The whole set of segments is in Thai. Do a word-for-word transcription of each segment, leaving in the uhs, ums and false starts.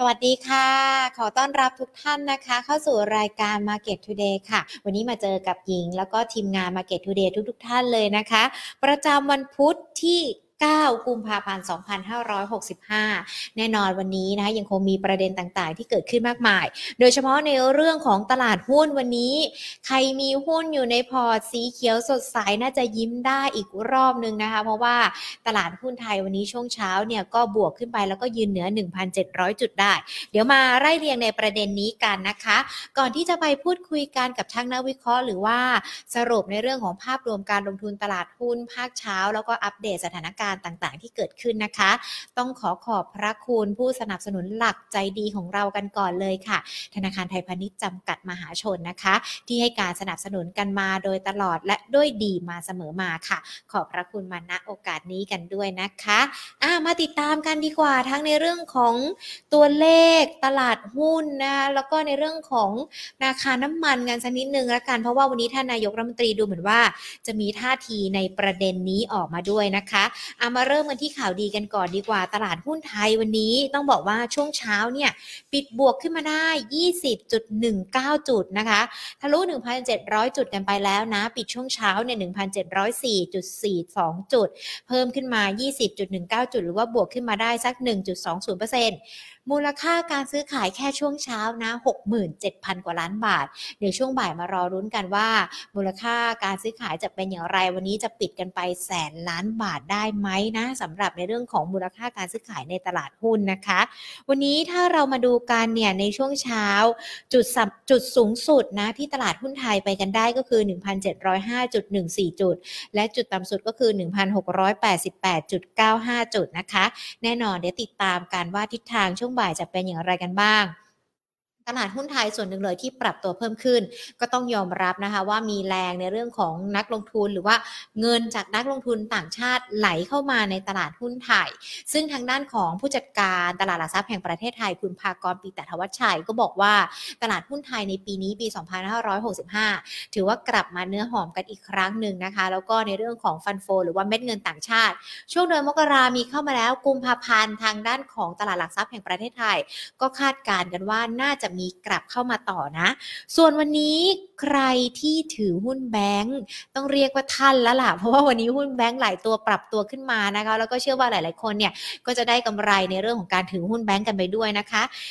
วัสดีค่ะขอต้อนรับทุกท่านนะคะเข้าสู่รายการ Market Today ค่ะวันนี้มาเจอกับหญิงแล้วก็ทีมงาน Market Today ทุกๆท่านเลยนะคะประจำวันพุธที่เก้ากุมภาพันธ์สองพันห้าร้อยหกสิบห้าแน่นอนวันนี้นะคะยังคงมีประเด็นต่างๆที่เกิดขึ้นมากมายโดยเฉพาะในเรื่องของตลาดหุ้นวันนี้ใครมีหุ้นอยู่ในพอร์ตสีเขียวสดใสน่าจะยิ้มได้อีกรอบนึงนะคะเพราะว่าตลาดหุ้นไทยวันนี้ช่วงเช้าเนี่ยก็บวกขึ้นไปแล้วก็ยืนเหนือ หนึ่งพันเจ็ดร้อย จุดได้เดี๋ยวมาไล่เรียงในประเด็นนี้กันนะคะก่อนที่จะไปพูดคุยกันกับทั้งนักวิเคราะห์หรือว่าสรุปในเรื่องของภาพรวมการลงทุนตลาดหุ้นภาคเช้าแล้วก็อัปเดตสถานการณ์ต่างๆที่เกิดขึ้นนะคะต้องขอขอบพระคุณผู้สนับสนุนหลักใจดีของเรากันก่อนเลยค่ะธนาคารไทยพาณิชย์จำกัดมหาชนนะคะที่ให้การสนับสนุนกันมาโดยตลอดและด้วยดีมาเสมอมาค่ะขอบพระคุณมาณโอกาสนี้กันด้วยนะคะอ่ะมาติดตามกันดีกว่าทั้งในเรื่องของตัวเลขตลาดหุ้นนะคะแล้วก็ในเรื่องของราคาน้ำมันกันสักนิดนึงละกันเพราะว่าวันนี้ท่านนายกรัฐมนตรีดูเหมือนว่าจะมีท่าทีในประเด็นนี้ออกมาด้วยนะคะเอามาเริ่มกันที่ข่าวดีกันก่อนดีกว่าตลาดหุ้นไทยวันนี้ต้องบอกว่าช่วงเช้าเนี่ยปิดบวกขึ้นมาได้ ยี่สิบจุดหนึ่งเก้า จุดนะคะทะลุ หนึ่งพันเจ็ดร้อย จุดกันไปแล้วนะปิดช่วงเช้าเนี่ย หนึ่งพันเจ็ดร้อยสี่จุดสี่สอง จุดเพิ่มขึ้นมา ยี่สิบจุดหนึ่งเก้า จุดหรือว่าบวกขึ้นมาได้สัก หนึ่งจุดสองศูนย์เปอร์เซ็นต์มูลค่าการซื้อขายแค่ช่วงเช้านะ หกหมื่นเจ็ดพัน กว่าล้านบาทเดี๋ยวช่วงบ่ายมารอรุ้นกันว่ามูลค่าการซื้อขายจะเป็นอย่างไรวันนี้จะปิดกันไปแสนล้านบาทได้ไหมนะสำหรับในเรื่องของมูลค่าการซื้อขายในตลาดหุ้นนะคะวันนี้ถ้าเรามาดูกันเนี่ยในช่วงเช้าจุดจุดสูงสุดนะที่ตลาดหุ้นไทยไปกันได้ก็คือ หนึ่งพันเจ็ดร้อยห้าจุดหนึ่งสี่ จุดและจุดต่ำสุดก็คือ หนึ่งพันหกร้อยแปดสิบแปดจุดเก้าห้า จุดนะคะแน่นอนเดี๋ยวติดตามกันว่าทิศทางช่วงบ่ายจะเป็นอย่างไรกันบ้างตลาดหุ้นไทยส่วนหนึ่งเลยที่ปรับตัวเพิ่มขึ้นก็ต้องยอมรับนะคะว่ามีแรงในเรื่องของนักลงทุนหรือว่าเงินจากนักลงทุนต่างชาติไหลเข้ามาในตลาดหุ้นไทยซึ่งทางด้านของผู้จัดการตลาดหลักทรัพย์แห่งประเทศไทยคุณภากร ปีตะธวัชชัยก็บอกว่าตลาดหุ้นไทยในปีนี้ปีสองพันห้าร้อยหกสิบห้าถือว่ากลับมาเนื้อหอมกันอีกครั้งหนึ่งนะคะแล้วก็ในเรื่องของฟันโฟหรือว่าเม็ดเงินต่างชาติช่วงเดือนมกรามีเข้ามาแล้วกุมภาพันธ์ทางด้านของตลาดหลักทรัพย์แห่งประเทศไทยก็คาดการณ์กันว่าน่าจะมีกลับเข้ามาต่อนะส่วนวันนี้ใครที่ถือหุ้นแบงค์ต้องเรียกว่าท่านแล้วล่ะเพราะว่าวันนี้หุ้นแบงค์หลายตัวปรับตัวขึ้นมานะคะแล้วก็เชื่อว่าหลายๆคนเนี่ยก็จะได้กำไรในเรื่องของการถือหุ้นแบงค์กันไปด้วยนะคะ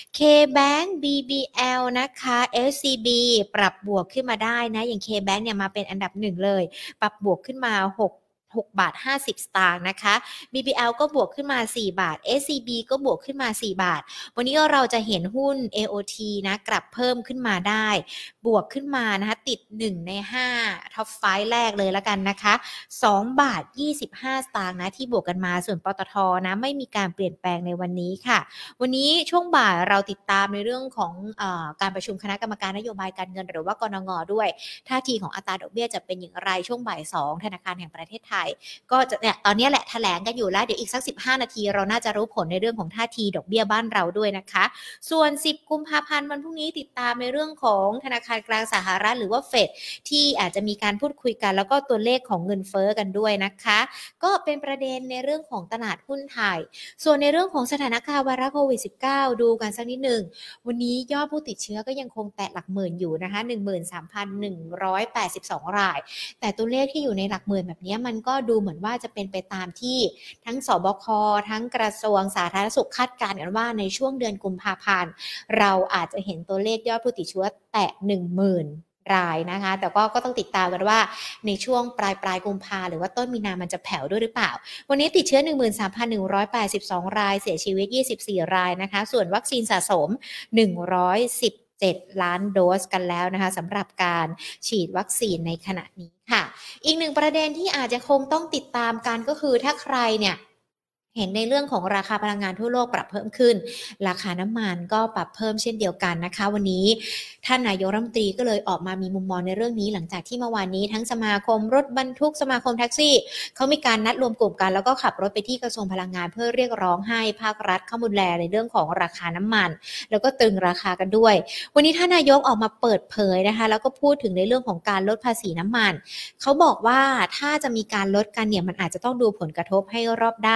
K-Bank บี บี แอล นะคะ เอส ซี บี ปรับบวกขึ้นมาได้นะอย่าง K-Bank เนี่ยมาเป็นอันดับหนึ่งเลยปรับบวกขึ้นมาหกหกบาทห้าสิบสตางค์นะคะ บี บี แอล ก็บวกขึ้นมาสี่บาท เอส ซี บี ก็บวกขึ้นมาสี่บาทวันนี้เราจะเห็นหุ้น เอ โอ ที นะกลับเพิ่มขึ้นมาได้บวกขึ้นมานะคะติดหนึ่งในห้าท็อปไฟว์แรกเลยแล้วกันนะคะสองบาทยี่สิบห้าสตางค์นะที่บวกกันมาส่วนปตทนะไม่มีการเปลี่ยนแปลงในวันนี้ค่ะวันนี้ช่วงบ่ายเราติดตามในเรื่องของเอ่อการประชุมคณะกรรมการนโยบายการเงินหรือว่ากนง.ด้วยท่าทีของอัตราดอกเบี้ยจะเป็นอย่างไรช่วงบ่ายสองธนาคารแห่งประเทศไทยก็จะเนี่ยตอนนี้แหละแถลงกันอยู่แล้วเดี๋ยวอีกสักสิบห้านาทีเราน่าจะรู้ผลในเรื่องของท่าทีดอกเบี้ยบ้านเราด้วยนะคะส่วนสิบกุมภาพันธ์วันพรุ่งนี้ติดตามในเรื่องของธนาคารกลางสหรัฐหรือว่าเฟดที่อาจจะมีการพูดคุยกันแล้วก็ตัวเลขของเงินเฟ้อกันด้วยนะคะก็เป็นประเด็นในเรื่องของตลาดหุ้นไทยส่วนในเรื่องของสถานการณ์ไวรัสโควิด สิบเก้า ดูกันสักนิดหนึ่งวันนี้ยอดผู้ติดเชื้อก็ยังคงแตะหลักหมื่นอยู่นะคะ หนึ่งหมื่นสามพันหนึ่งร้อยแปดสิบสอง รายแต่ตัวเลขที่อยู่ในหลักหมื่นแบบนี้มันก็ดูเหมือนว่าจะเป็นไปตามที่ทั้งสบคทั้งกระทรวงสาธารณสุขคาดการณ์กันว่าในช่วงเดือนกุมภาพันธ์เราอาจจะเห็นตัวเลขยอดผู้ติดเชื้อแตะ หนึ่งหมื่น รายนะคะแต่ก็ก็ต้องติดตามกันว่าในช่วงปลายปลายกุมภาหรือว่าต้นมีนามันจะแผ่วด้วยหรือเปล่าวันนี้ติดเชื้อ หนึ่งหมื่นสามพันหนึ่งร้อยแปดสิบสอง รายเสียชีวิตยี่สิบสี่รายนะคะส่วนวัคซีนสะสมหนึ่งร้อยสิบเจ็ดล้านโดสกันแล้วนะคะสำหรับการฉีดวัคซีนในขณะนี้ค่ะอีกหนึ่งประเด็นที่อาจจะคงต้องติดตามกันก็คือถ้าใครเนี่ยเห็นในเรื่องของราคาพลังงานทั่วโลกปรับเพิ่มขึ้นราคาน้ำมันก็ปรับเพิ่มเช่นเดียวกันนะคะวันนี้ท่านนายกรัฐมนตรีก็เลยออกมามีมุมมองในเรื่องนี้หลังจากที่เมื่อวานนี้ทั้งสมาคมรถบรรทุกสมาคมแท็กซี่เขามีการนัดรวมกลุ่มกันแล้วก็ขับรถไปที่กระทรวงพลังงานเพื่อเรียกร้องให้ภาครัฐเข้ามาดูแลในเรื่องของราคาน้ำมันแล้วก็ตึงราคากันด้วยวันนี้ท่านนายกออกมาเปิดเผยนะคะแล้วก็พูดถึงในเรื่องของการลดภาษีน้ำมันเขาบอกว่าถ้าจะมีการลดกันเนี่ยมันอาจจะต้องดูผลกระทบให้รอบด้าน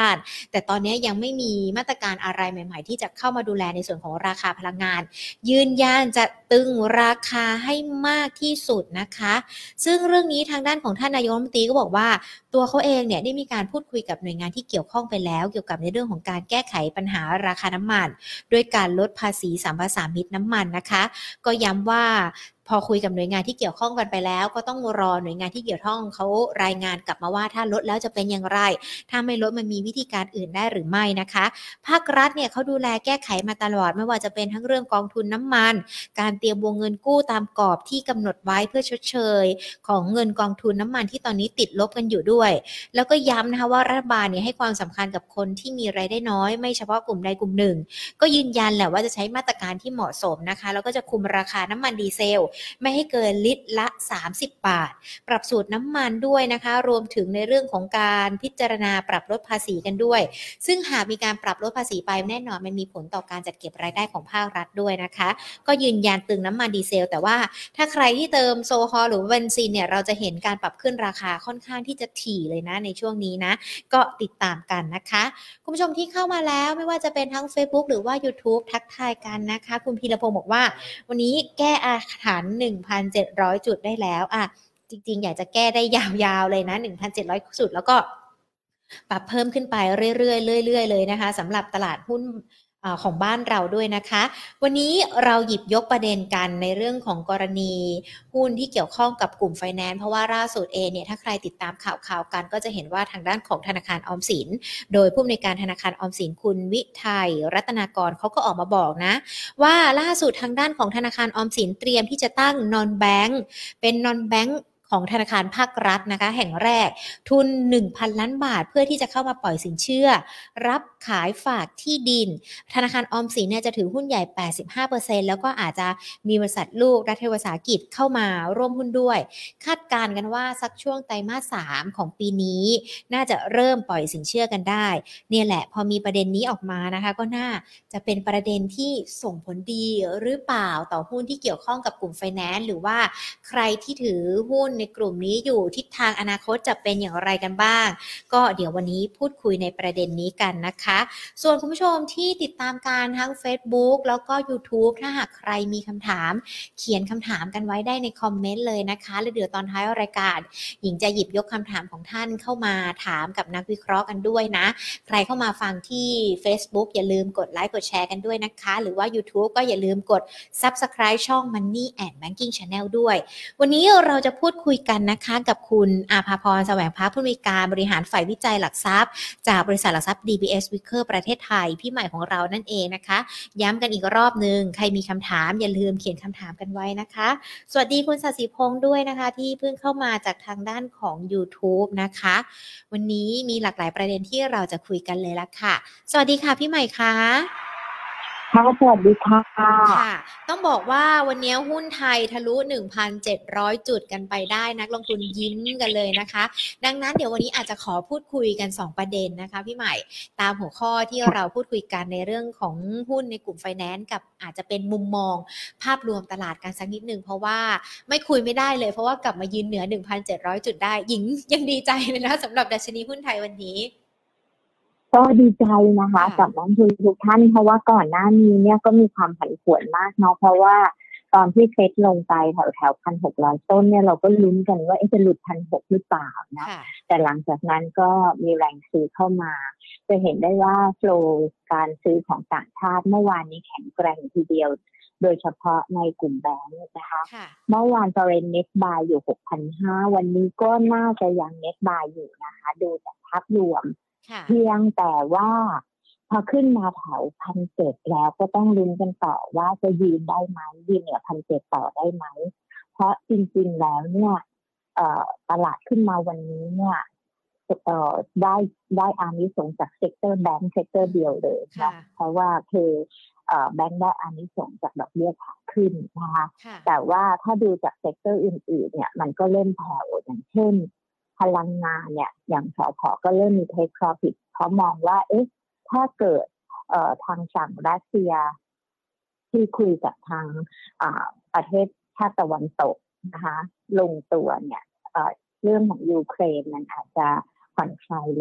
แต่ตอนนี้ยังไม่มีมาตรการอะไรใหม่ๆที่จะเข้ามาดูแลในส่วนของราคาพลังงานยืนยันจะตึงราคาให้มากที่สุดนะคะซึ่งเรื่องนี้ทางด้านของท่านนายกรัฐมนตรีก็บอกว่าตัวเขาเองเนี่ยได้มีการพูดคุยกับหน่วยงานที่เกี่ยวข้องไปแล้วเกี่ยวกับในเรื่องของการแก้ไขปัญหาราคาน้ำมันด้วยการลดภาษีสัมปทานมิตรน้ำมันนะคะก็ย้ำว่าพอคุยกับหน่วยงานที่เกี่ยวข้องกันไปแล้วก็ต้องรอหน่วยงานที่เกี่ยวข้องเขารายงานกลับมาว่าถ้าลดแล้วจะเป็นอย่างไรถ้าไม่ลดมันมีวิธีการอื่นได้หรือไม่นะคะภาครัฐเนี่ยเขาดูแลแก้ไขมาตลอดไม่ว่าจะเป็นทั้งเรื่องกองทุนน้ำมันการเตรียมวงเงินกู้ตามกรอบที่กำหนดไว้เพื่อชดเชยของเงินกองทุนน้ำมันที่ตอนนี้ติดลบกันอยู่ด้วยแล้วก็ย้ำนะคะว่ารัฐบาลเนี่ยให้ความสำคัญกับคนที่มีรายได้น้อยไม่เฉพาะกลุ่มใดกลุ่มหนึ่งก็ยืนยันแหละว่าจะใช้มาตรการที่เหมาะสมนะคะแล้วก็จะคุมราคาน้ำมันดีเซลไม่ให้เกินลิตรละสามสิบบาทปรับสูตรน้ำมันด้วยนะคะรวมถึงในเรื่องของการพิจารณาปรับลดภาษีกันด้วยซึ่งหากมีการปรับลดภาษีไปแน่นอนมันมีผลต่อการจัดเก็บรายได้ของภาครัฐด้วยนะคะก็ยืนยันตึงน้ำมันดีเซลแต่ว่าถ้าใครที่เติมโซฮอลหรือเบนซินเนี่ยเราจะเห็นการปรับขึ้นราคาค่อนข้างที่จะถี่เลยนะในช่วงนี้นะก็ติดตามกันนะคะคุณผู้ชมที่เข้ามาแล้วไม่ว่าจะเป็นทั้ง Facebook หรือว่า YouTube ทักทายกันนะคะคุณพีรพงศ์บอกว่าวันนี้แก้อาถรรพ์ หนึ่งพันเจ็ดร้อย จุดได้แล้วอ่ะจริงๆอยากจะแก้ได้ยาวๆเลยนะ หนึ่งพันเจ็ดร้อย จุดแล้วก็ปรับเพิ่มขึ้นไปเรื่อยๆเรื่อยๆเลยนะคะสำหรับตลาดหุ้นของบ้านเราด้วยนะคะวันนี้เราหยิบยกประเด็นกันในเรื่องของกรณีหุ้นที่เกี่ยวข้องกับกลุ่มไฟแนนซ์เพราะว่าล่าสุดเองเนี่ยถ้าใครติดตามข่าวข่าวกันก็จะเห็นว่าทางด้านของธนาคารออมสินโดยผู้อำนวยการธนาคารออมสินคุณวิทัยรัตนากรเขาก็ออกมาบอกนะว่าล่าสุดทางด้านของธนาคารออมสินเตรียมที่จะตั้ง non bank เป็น non bankของธนาคารภาครัฐนะคะแห่งแรกทุน หนึ่งพัน ล้านบาทเพื่อที่จะเข้ามาปล่อยสินเชื่อรับขายฝากที่ดินธนาคารออมสินเนี่ยจะถือหุ้นใหญ่ แปดสิบห้าเปอร์เซ็นต์ แล้วก็อาจจะมีบริษัทลูกรัฐวิสาหกิจเข้ามาร่วมหุ้นด้วยคาดการณ์กันว่าสักช่วงไตรมาสสามของปีนี้น่าจะเริ่มปล่อยสินเชื่อกันได้เนี่ยแหละพอมีประเด็นนี้ออกมานะคะก็น่าจะเป็นประเด็นที่ส่งผลดีหรือเปล่าต่อหุ้นที่เกี่ยวข้องกับกลุ่มไฟแนนซ์หรือว่าใครที่ถือหุ้นในกลุ่มนี้อยู่ทิศทางอนาคตจะเป็นอย่างไรกันบ้างก็เดี๋ยววันนี้พูดคุยในประเด็นนี้กันนะคะส่วนคุณผู้ชมที่ติดตามการทั้ง Facebook แล้วก็ YouTube ถ้าหากใครมีคำถามเขียนคำถามกันไว้ได้ในคอมเมนต์เลยนะคะแล้วเดี๋ยวตอนท้ายรายการหญิงจะหยิบยกคำถามของท่านเข้ามาถามกับนักวิเคราะห์กันด้วยนะใครเข้ามาฟังที่ Facebook อย่าลืมกดไลค์กดแชร์กันด้วยนะคะหรือว่า YouTube ก็อย่าลืมกด Subscribe ช่อง Money and Banking Channel ด้วยวันนี้เราจะพูดคุยกันนะคะกับคุณอาภาพรแสวงพักผู้อำนวยการบริหารฝ่ายวิจัยหลักทรัพย์จากบริษัทหลักทรัพย์ ดี บี เอส Vickers ประเทศไทยพี่ใหม่ของเรานั่นเองนะคะย้ำกันอีกรอบนึงใครมีคำถามอย่าลืมเขียนคำถามกันไว้นะคะสวัสดีคุณศศิพงษ์ด้วยนะคะที่เพิ่งเข้ามาจากทางด้านของ YouTube นะคะวันนี้มีหลากหลายประเด็นที่เราจะคุยกันเลยละค่ะสวัสดีค่ะพี่ใหม่คะค่ะสวัสดีค่ะค่ะต้องบอกว่าวันนี้หุ้นไทยทะลุ หนึ่งพันเจ็ดร้อย จุดกันไปได้นักลงทุนยิ้มกันเลยนะคะดังนั้นเดี๋ยววันนี้อาจจะขอพูดคุยกันสองประเด็นนะคะพี่ใหม่ตามหัวข้อที่เราพูดคุยกันในเรื่องของหุ้นในกลุ่มไฟแนนซ์กับอาจจะเป็นมุมมองภาพรวมตลาดกันสักนิดนึงเพราะว่าไม่คุยไม่ได้เลยเพราะว่ากลับมายืนเหนือ หนึ่งพันเจ็ดร้อย จุดได้หญิงยังดีใจเลยนะสำหรับดัชนีหุ้นไทยวันนี้ก็ดีใจนะคะกับนักลงทุนทุกท่านเพราะว่าก่อนหน้านี้เนี่ยก็มีความผันผวนมากเนาะเพราะว่าตอนที่เฟดลงไปแถวแถวพันหกร้อยต้นเนี่ยเราก็ลุ้นกันว่าจะหลุดพันหกหรือเปล่านะแต่หลังจากนั้นก็มีแรงซื้อเข้ามาจะเห็นได้ว่าโฟลว์การซื้อของต่างชาติเมื่อวานนี้แข็งแกร่งทีเดียวโดยเฉพาะในกลุ่มแบงก์นะคะเมื่อวานตอเรนเน็ตบายอยู่ หกพันห้าร้อย วันนี้ก็น่าจะยังเน็ตบายอยู่นะคะดูจากภาพรวมเพียงแต่ว่าพอขึ้นมาแถวพันเจ็ดแล้วก็ต้องลุ้นกันต่อว่าจะยืนได้ไหมยืนเหนือพันเจ็ดต่อได้ไหมเพราะจริงๆแล้วเนี่ยตลาดขึ้นมาวันนี้เนี่ยได้ได้อานิสงส์จากเซกเตอร์แบงก์เซกเตอร์เดียวเลยนะเพราะว่าคือแบงก์ได้อานิสงส์จากดอกเบี้ยขาขึ้นนะคะแต่ว่าถ้าดูจากเซกเตอร์อื่นๆเนี่ยมันก็เริ่มแผ่วอย่างเช่นพลังงานเนี่ยอย่างสผ.ก็เริ่มมี take profit เพราะมองว่าเอ๊ะถ้าเกิดเอ่อทางฝั่งรัสเซียที่คุยกับทางอ่าประเทศชาติตะวันตกนะคะลงตัวเนี่ยเอ่อเรื่องของยูเครนมันอาจจะผ่อนคลายลง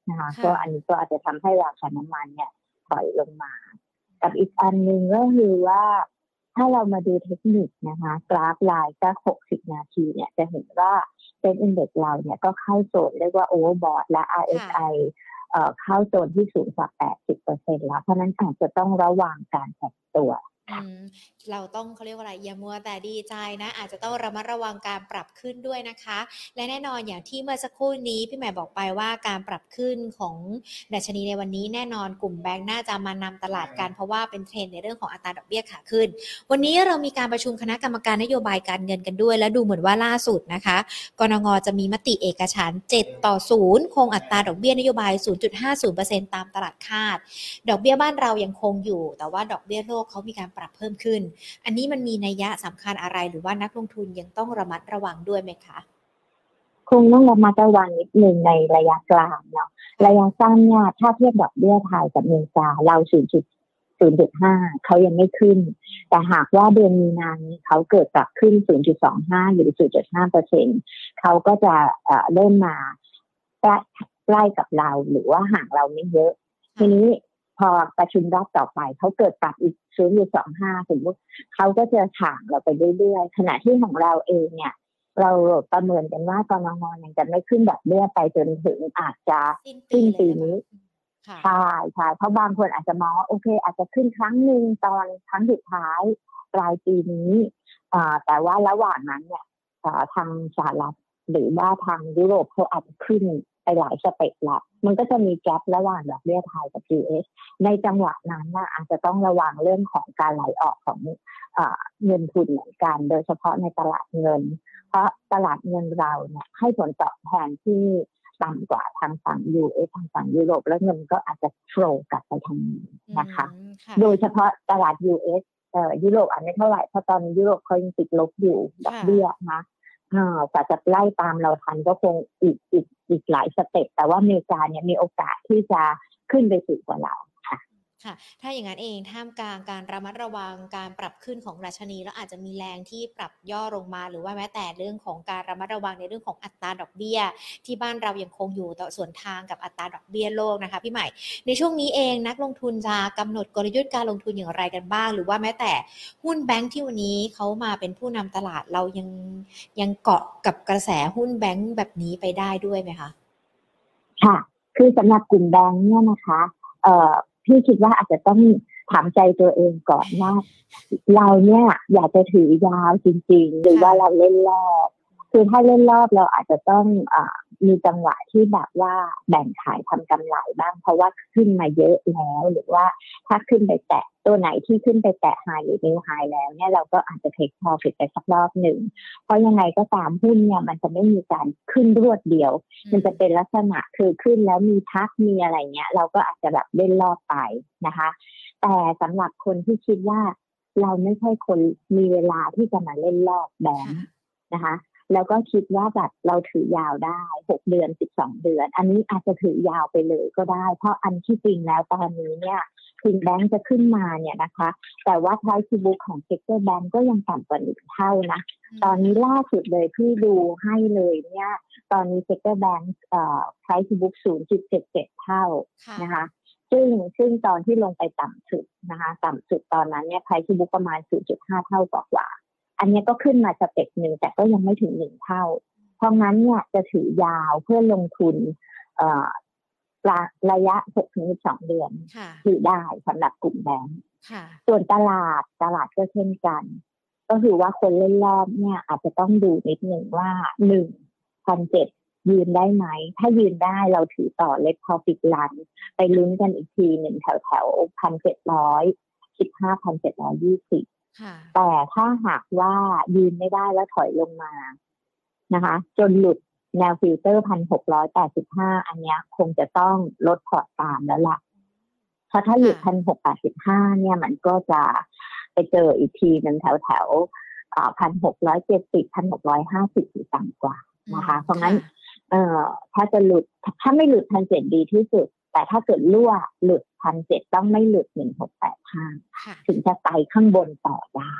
นะคะก็อันนี้ก็อาจจะทำให้ราคาน้ำมันเนี่ยถอยลงมากับอีกอันหนึ่งก็คือว่าถ้าเรามาดูเทคนิคนะคะกราฟไลน์สักหกสิบนาทีเนี่ยจะเห็นว่าเซ็นอินเด็กซ์เราเนี่ยก็เข้าโซนเรียกว่าโอเวอร์บอทและ อาร์ เอส ไอ เอ่อเข้าโซนที่สูงกว่า แปดสิบเปอร์เซ็นต์ แล้วเพราะนั้นอาจจะต้องระวังการแข็งตัวอืมเราต้องเขาเรียกว่าอะไรอย่ามัวแต่ดีใจนะอาจจะต้องระมัดระวังการปรับขึ้นด้วยนะคะและแน่นอนอย่างที่เมื่อสักครู่นี้พี่แหม่บอกไปว่าการปรับขึ้นของดัชนีในวันนี้แน่นอนกลุ่มแบงก์น่าจะมานำตลาดกันเพราะว่าเป็นเทรนด์ในเรื่องของอัตราดอกเบี้ยขาขึ้นวันนี้เรามีการประชุมคณะกรรมการนโยบายการเงินกันด้วยและดูเหมือนว่าล่าสุดนะคะกนง.จะมีมติเอกฉันท์เจ็ดต่อศูนย์คงอัตราดอกเบี้ยนโยบาย ศูนย์จุดห้าศูนย์เปอร์เซ็นต์ ตามตลาดคาดดอกเบี้ยบ้านเรายังคงอยู่แต่ว่าดอกเบี้ยโลกเขามีการปรับเพิ่มขึ้นอันนี้มันมีนัยยะสำคัญอะไรหรือว่านักลงทุนยังต้องระมัดระวังด้วยไหมคะคงต้องระมัดระวังนิดนึงในระยะกลางเนาะระยะสั้นเนี่ยถ้าเทียบดอกเบี้ยไทยกับอเมริกาเรา ศูนย์จุดห้า เขายังไม่ขึ้นแต่หากว่าเดือนมีนานี้เขาเกิดปรับขึ้น ศูนย์จุดสองห้า หรือ ศูนย์จุดห้าเปอร์เซ็นต์ เขาก็จะเอ่อเริ่มมาใกล้กับเราหรือว่าห่างเราไม่เยอะทีนี้พอประชุมรอบต่อไปเขาเกิดปรับอีก ศูนย์จุดสองห้า สมมติเขาก็จะห่างเราไปเรื่อยๆขณะที่ของเราเองเนี่ยเราประเมินกันว่ากนง.ยังจะไม่ขึ้นดอกเบี้ยไปจนถึงอาจจะสิ้นปีนี้ใช่ใช่เพราะบางคนอาจจะมองว่าโอเคอาจจะขึ้นครั้งหนึ่งตอนครั้งสุดท้ายปลายปีนี้แต่ว่าระหว่างนั้นเนี่ยทางสหรัฐหรือว่าทางยุโรปเขาอาจจะขึ้นไปหลายสเต็ปละมันก็จะมีแกประหว่างดอกเบี้ยไทยกับ ยู เอส ในจังหวะนั้นนะอาจจะต้องระวังเรื่องของการไหลออกของเอ่อเงินทุนเหมือนกันโดยเฉพาะในตลาดเงินเพราะตลาดเงินเราเนี่ยให้ผลตอบแทนที่ต่ำกว่าทางฝั่ง ยู เอส ทางฝั่งยุโรปแล้วเงินก็อาจจะโฟลว์กลับไปทางนี้นะคะโดยเฉพาะตลาด ยู เอส เอ่อยุโรปอันไม่เท่าไหร่เพราะตอนนี้ยุโรปเขายังติดลบอยู่ดอกเบี้ยนะอ่าแต่จะไล่ตามเราทันก็คงอีกอีกอีกหลายสเต็ปแต่ว่าอเมริกาเนี่ยมีโอกาสที่จะขึ้นไปสูงกว่าเราค่ะค่ะถ้าอย่างนั้นเองท่ามกลางการระมัดระวังการปรับขึ้นของดัชนีแล้วอาจจะมีแรงที่ปรับย่อลงมาหรือว่าแม้แต่เรื่องของการระมัดระวังในเรื่องของอัตราดอกเบี้ยที่บ้านเรายังคงอยู่ต่อส่วนทางกับอัตราดอกเบี้ยโลกนะคะพี่ใหม่ในช่วงนี้เองนักลงทุนจะกำหนดกลยุทธ์การลงทุนอย่างไรกันบ้างหรือว่าแม้แต่หุ้นแบงค์ที่วันนี้เขามาเป็นผู้นำตลาดเรายังยังเกาะกับกระแสหุ้นแบงค์แบบนี้ไปได้ด้วยไหมคะค่ะคือสำหรับกลุ่มแบงค์เนี่ยนะคะเอ่อพี่คิดว่าอาจจะต้องถามใจตัวเองก่อนว่าเราเนี่ยอยากจะถือยาวจริงๆหรือว่าเราเล่นรอบคือถ้าเล่นรอบเราอาจจะต้องอ่ามีจังหวะที่แบบว่าแบ่งขายทำกำไรบ้างเพราะว่าขึ้นมาเยอะแล้วหรือว่าถ้าขึ้นไปแตะตัวไหนที่ขึ้นไปแตะไฮหรือนิวไฮแล้วเนี่ยเราก็อาจจะเทคพอฟิตไปสักรอบหนึ่งเพราะยังไงก็ตามหุ้นเนี่ยมันจะไม่มีการขึ้นรวดเดียวมันจะเป็นลักษณะคือขึ้นแล้วมีพักมีอะไรเงี้ยเราก็อาจจะแบบเล่นรอบไปนะคะแต่สำหรับคนที่คิดว่าเราไม่ใช่คนมีเวลาที่จะมาเล่นรอบแบงค์นะคะแล้วก็คิดว่าแบบเราถือยาวได้หกเดือนสิบสองเดือนอันนี้อาจจะถือยาวไปเลยก็ได้เพราะอันที่จริงแล้วตอนนี้เนี่ยถึงแบงก์จะขึ้นมาเนี่ยนะคะแต่ว่า price to book ของ Sector Bank ก็ยังต่ำกว่าหนึ่งเท่านะตอนนี้ล่าสุดเลยที่ดูให้เลยเนี่ยตอนนี้ Sector Bank เอ่อ price to book ศูนย์จุดเจ็ดเจ็ด เท่านะคะซึ่งซึ่งตอนที่ลงไปต่ำสุดนะคะต่ำสุดตอนนั้นเนี่ย price to book ประมาณ ศูนย์จุดห้า เท่ากว่าอันนี้ก็ขึ้นมาสเต็ปหนึ่งแต่ก็ยังไม่ถึงหนึ่งเท่าเพราะงั้นเนี่ยจะถือยาวเพื่อลงทุนเอ่อระยะ หกถึงสิบสอง เดือนถือได้สำหรับกลุ่มแบงก์ส่วนตลาดตลาดก็เช่นกันก็คือว่าคนเล่นรอบเนี่ยอาจจะต้องดูนิดหนึ่งว่า หนึ่งพันเจ็ดร้อย ยืนได้ไหมถ้ายืนได้เราถือต่อเล็ก profit run ไปลุ้นกันอีกทีหนึ่งแถวแถว หนึ่งพันเจ็ดร้อยสิบห้า หนึ่งพันเจ็ดร้อยยี่สิบแต่ถ้าหากว่ายืนไม่ได้แล้วถอยลงมานะคะจนหลุดแนวฟิลเตอร์ หนึ่งพันหกร้อยแปดสิบห้า อันนี้คงจะต้องลดพอร์ตตามแล้วล่ะเพราะถ้าหลุด หนึ่งพันหกร้อยแปดสิบห้า เนี่ยมันก็จะไปเจออีกทีนึงแถวแถวอ่า หนึ่งพันหกร้อยเจ็ดสิบ หนึ่งพันหกร้อยห้าสิบหรือต่ำกว่านะคะเพราะงั้นเอ่อถ้าจะหลุดถ้าไม่หลุด หนึ่งพันเจ็ดร้อย ดีที่สุดแต่ถ้าเกิดรั่วหลุด หนึ่งพันเจ็ดร้อย ต้องไม่หลุดหนึ่งพันหกร้อยแปดสิบห้าถึงจะไปข้างบนต่อได้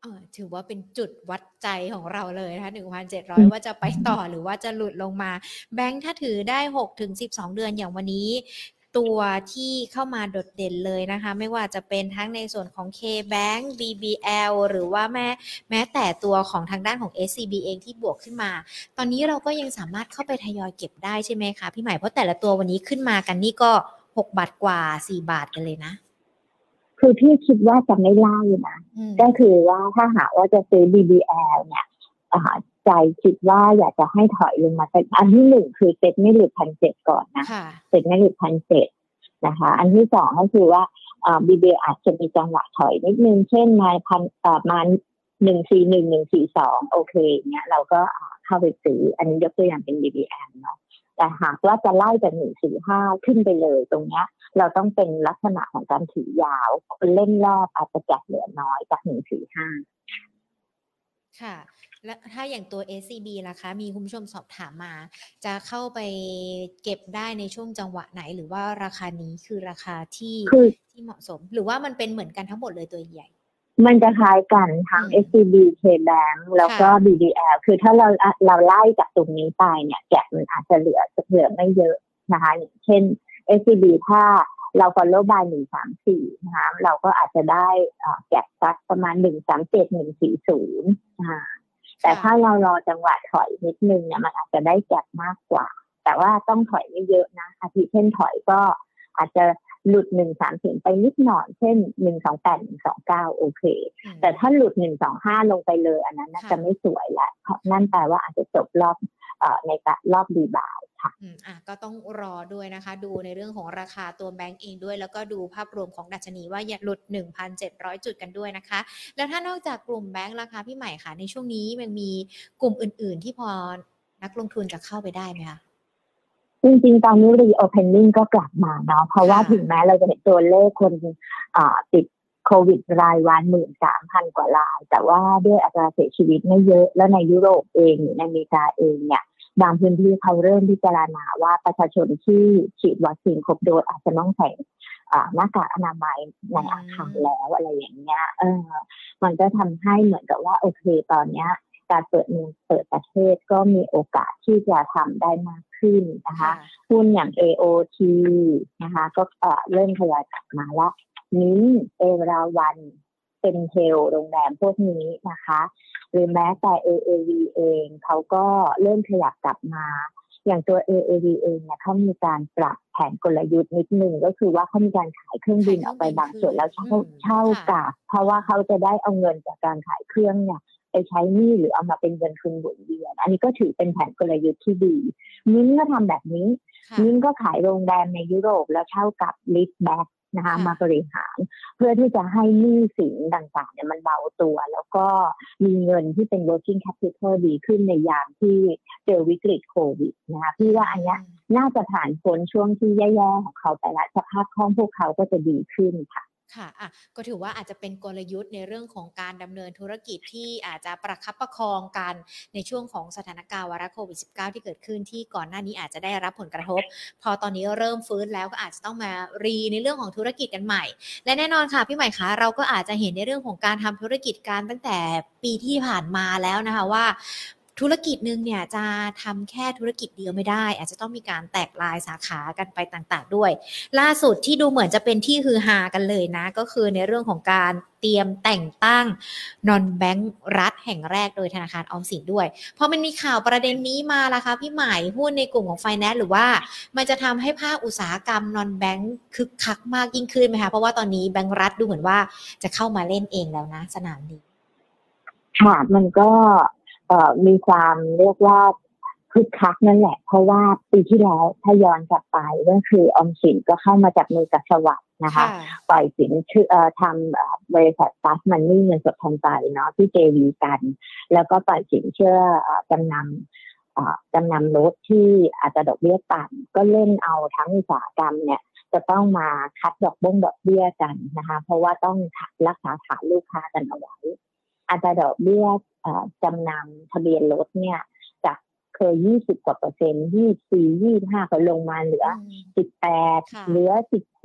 เออถือว่าเป็นจุดวัดใจของเราเลยนะคะ หนึ่งพันเจ็ดร้อยอืมว่าจะไปต่อหรือว่าจะหลุดลงมาแบงค์ถ้าถือได้ หกถึงสิบสอง เดือนอย่างวันนี้ ตัวที่เข้ามาโดดเด่นเลยนะคะ ไม่ว่าจะเป็นทั้งในส่วนของ K-Bank บี บี แอล หรือว่าแม้แม้แต่ตัวของทางด้านของ เอส ซี บี เองที่บวกขึ้นมา ตอนนี้เราก็ยังสามารถเข้าไปทยอยเก็บได้ใช่ไหมคะพี่ใหม่เพราะแต่ละตัววันนี้ขึ้นมากันนี่ก็หกบาทกว่าสี่บาทกันเลยนะคือพี่คิดว่าจะไม่ไล่นะก็คือว่าถ้าหากว่าจะซื้อ บี บี แอล เนี่ยใจคิดว่าอยากจะให้ถอยลงมาแต่อันที่หนึ่งคือเซ็ตไม่หลุดพันเจ็ดก่อนนะเซ็ตไม่หลุดพันเจ็ดนะคะอันที่สองก็คือว่าบี บี อาจจะมีจังหวะถอยนิดนึงเช่นมาพันมาหนึ่งสี่หนึ่งหนึ่งสี่สองโอเคเนี่ยเราก็เข้าไปซื้ออันนี้ยกตัวอย่างเป็น บี บี แอล เนาะแต่หากว่าจะไล่จากหนึ่งสี่ห้าขึ้นไปเลยตรงเนี้ยเราต้องเป็นลักษณะของการถือยาวคนเล่นรอบอาจจะจัดเหลือน้อยจากหนึ่งสี่ห้าค่ะและถ้าอย่างตัว เอส ซี บี ล่ะคะมีคุณผู้ชมสอบถามมาจะเข้าไปเก็บได้ในช่วงจังหวะไหนหรือว่าราคานี้คือราคาที่ที่เหมาะสมหรือว่ามันเป็นเหมือนกันทั้งหมดเลยตัวใหญ่มันจะคล้ายกันทั้ง เอส ซี บี K-Bank แล้วก็ บี บี แอล คือถ้าเราเราไล่จากตรงนี้ไปเนี่ยแกะมันอาจจะเหลือเหลือไม่เยอะนะคะอย่างเช่น เอส ซี บี ถ้าเรา follow by หนึ่งสามสี่นะคะเราก็อาจจะได้แกะสักประมาณหนึ่งสามเจ็ด หนึ่งสี่ศูนย์นะคะแต่ถ้าเรารอจังหวะถอยนิดนึงเนี่ยมันอาจจะได้แกะมากกว่าแต่ว่าต้องถอยไม่เยอะนะอาทิเช่นถอยก็อาจจะหลุดหนึ่งสามสี่ไปนิดหน่อยเช่นหนึ่งสองแปด หนึ่งสองเก้าโอเคแต่ถ้าหลุดหนึ่งสองห้าลงไปเลยอันนั้นน่าจะไม่สวยละนั่นแปลว่าอาจจะจบรอบเอ่อในรอบรีบาวค่ะอืมอ่ะก็ต้องรอด้วยนะคะดูในเรื่องของราคาตัวแบงก์เองด้วยแล้วก็ดูภาพรวมของดัชนีว่าอย่าหลุด หนึ่งพันเจ็ดร้อย จุดกันด้วยนะคะแล้วถ้านอกจากกลุ่มแบงก์ราคาพี่ใหม่ค่ะในช่วงนี้มันมีกลุ่มอื่นๆที่พอนักลงทุนจะเข้าไปได้ไหมคะจริงๆตอนนี้ reopening ก็กลับมาเนาะเพราะว่าถึงแม้เราจะเห็นตัวเลขคนติดโควิดรายวัน หนึ่งหมื่นสามพัน กว่ารายแต่ว่าด้วยอัตราเสียชีวิตไม่เยอะแล้วในยุโรปเองหรือในอเมริกาเองเนี่ยบางพื้นที่เขาเริ่มพิจารณาว่าประชาชนที่ฉีดวัคซีนครบโดสอาจจะต้องใส่หน้ากากอนามัยในอาคารแล้วอะไรอย่างเงี้ยเออมันก็ทำให้เหมือนกับว่าโอเคตอนเนี้ยการเปิดเมืองเปิดประเทศก็มีโอกาสที่จะทำได้มากขึ้นนะคะหุ้นอย่าง เอ โอ ที นะคะก็เริ่มทยอยกลับมาแล้วนิ้นเอราวันเป็นเทลโรงแรมพวกนี้นะคะหรือแม้แต่ เอ เอ วี เองเขาก็เริ่มขยับกลับมาอย่างตัว เอ เอ วี เองเนี่ยเขามีการปรับแผนกลยุทธ์นิดนึงก็คือว่าเขามีการขายเครื่องบินออกไปบางส่วนแล้วเช่าเช่ากลับเพราะว่าเขาจะได้เอาเงินจากการขายเครื่องเนี่ยไปใช้หนี้หรือเอามาเป็นเงินทุนหมุนเวียนอันนี้ก็ถือเป็นแผนกลยุทธ์ที่ดีมิ้นก็ทำแบบนี้มิ้นก็ขายโรงแรมในยุโรปแล้วเช่ากับลิสแบ็กนะคะมาบริหารเพื่อที่จะให้หนี้สินต่างๆเนี่ยมันเบาตัวแล้วก็มีเงินที่เป็น working capital ดีขึ้นในยามที่เจอวิกฤตโควิดนะคะพี่ว่าอันนี้น่าจะผ่านพ้นช่วงที่แย่ๆของเขาไปแล้วสภาพคล่องพวกเขาก็จะดีขึ้นค่ะค่ะอ่ะก็ถือว่าอาจจะเป็นกลยุทธ์ในเรื่องของการดำเนินธุรกิจที่อาจจะประคับประคองกันในช่วงของสถานการณ์วาระโควิด สิบเก้า ที่เกิดขึ้นที่ก่อนหน้านี้อาจจะได้รับผลกระทบพอตอนนี้เริ่มฟื้นแล้วก็อาจจะต้องมารีในเรื่องของธุรกิจกันใหม่และแน่นอนค่ะพี่ใหม่คะเราก็อาจจะเห็นในเรื่องของการทำธุรกิจการตั้งแต่ปีที่ผ่านมาแล้วนะคะว่าธุรกิจนึงเนี่ยจะทำแค่ธุรกิจเดียวไม่ได้อาจจะต้องมีการแตกลายสาขากันไปต่างๆด้วยล่าสุดที่ดูเหมือนจะเป็นที่ฮือฮากันเลยนะก็คือในเรื่องของการเตรียมแต่งตั้งนอนแบงก์รัฐแห่งแรกโดยธนาคารออมสินด้วยพอมันมีข่าวประเด็นนี้มาล่ะคะพี่ใหม่หุ้นในกลุ่มของ Finance หรือว่ามันจะทำให้ภาคอุตสาหกรรมนอนแบงก์คึกคักมากยิ่งขึ้นไหมคะเพราะว่าตอนนี้แบงก์รัฐดูเหมือนว่าจะเข้ามาเล่นเองแล้วนะสนามนี้ค่ะมันก็มีความเรียกว่าคึกคักนั่นแหละเพราะว่าปีที่แล้วถ้าย้อนกลับไปก็คือออมสินก็เข้ามาจับมือกับสวัสด์นะคะปล่อยสินชื่อทำบริษัทฟาสต์มันนี่เงินสดทันใจเนาะที่เจวีกันแล้วก็ปล่อยสินเชื่อจำนำจำนำรถที่อาจจะดอกเบี้ยต่ำก็เล่นเอาทั้งอุตสาหกรรมเนี่ยจะต้องมาคัดดอกบ้งดอกเบี้ยกันนะคะเพราะว่าต้องรักษาฐานลูกค้ากันเอาไว้อัตราดอกเบี้ยจำนำทะเบียนรถเนี่ยจากเคยยี่สิบกว่าเปอร์เซ็นต์ยี่สิบสี่ ยี่สิบห้าก็ลงมาเหลือสิบแปดเหลือสิบหก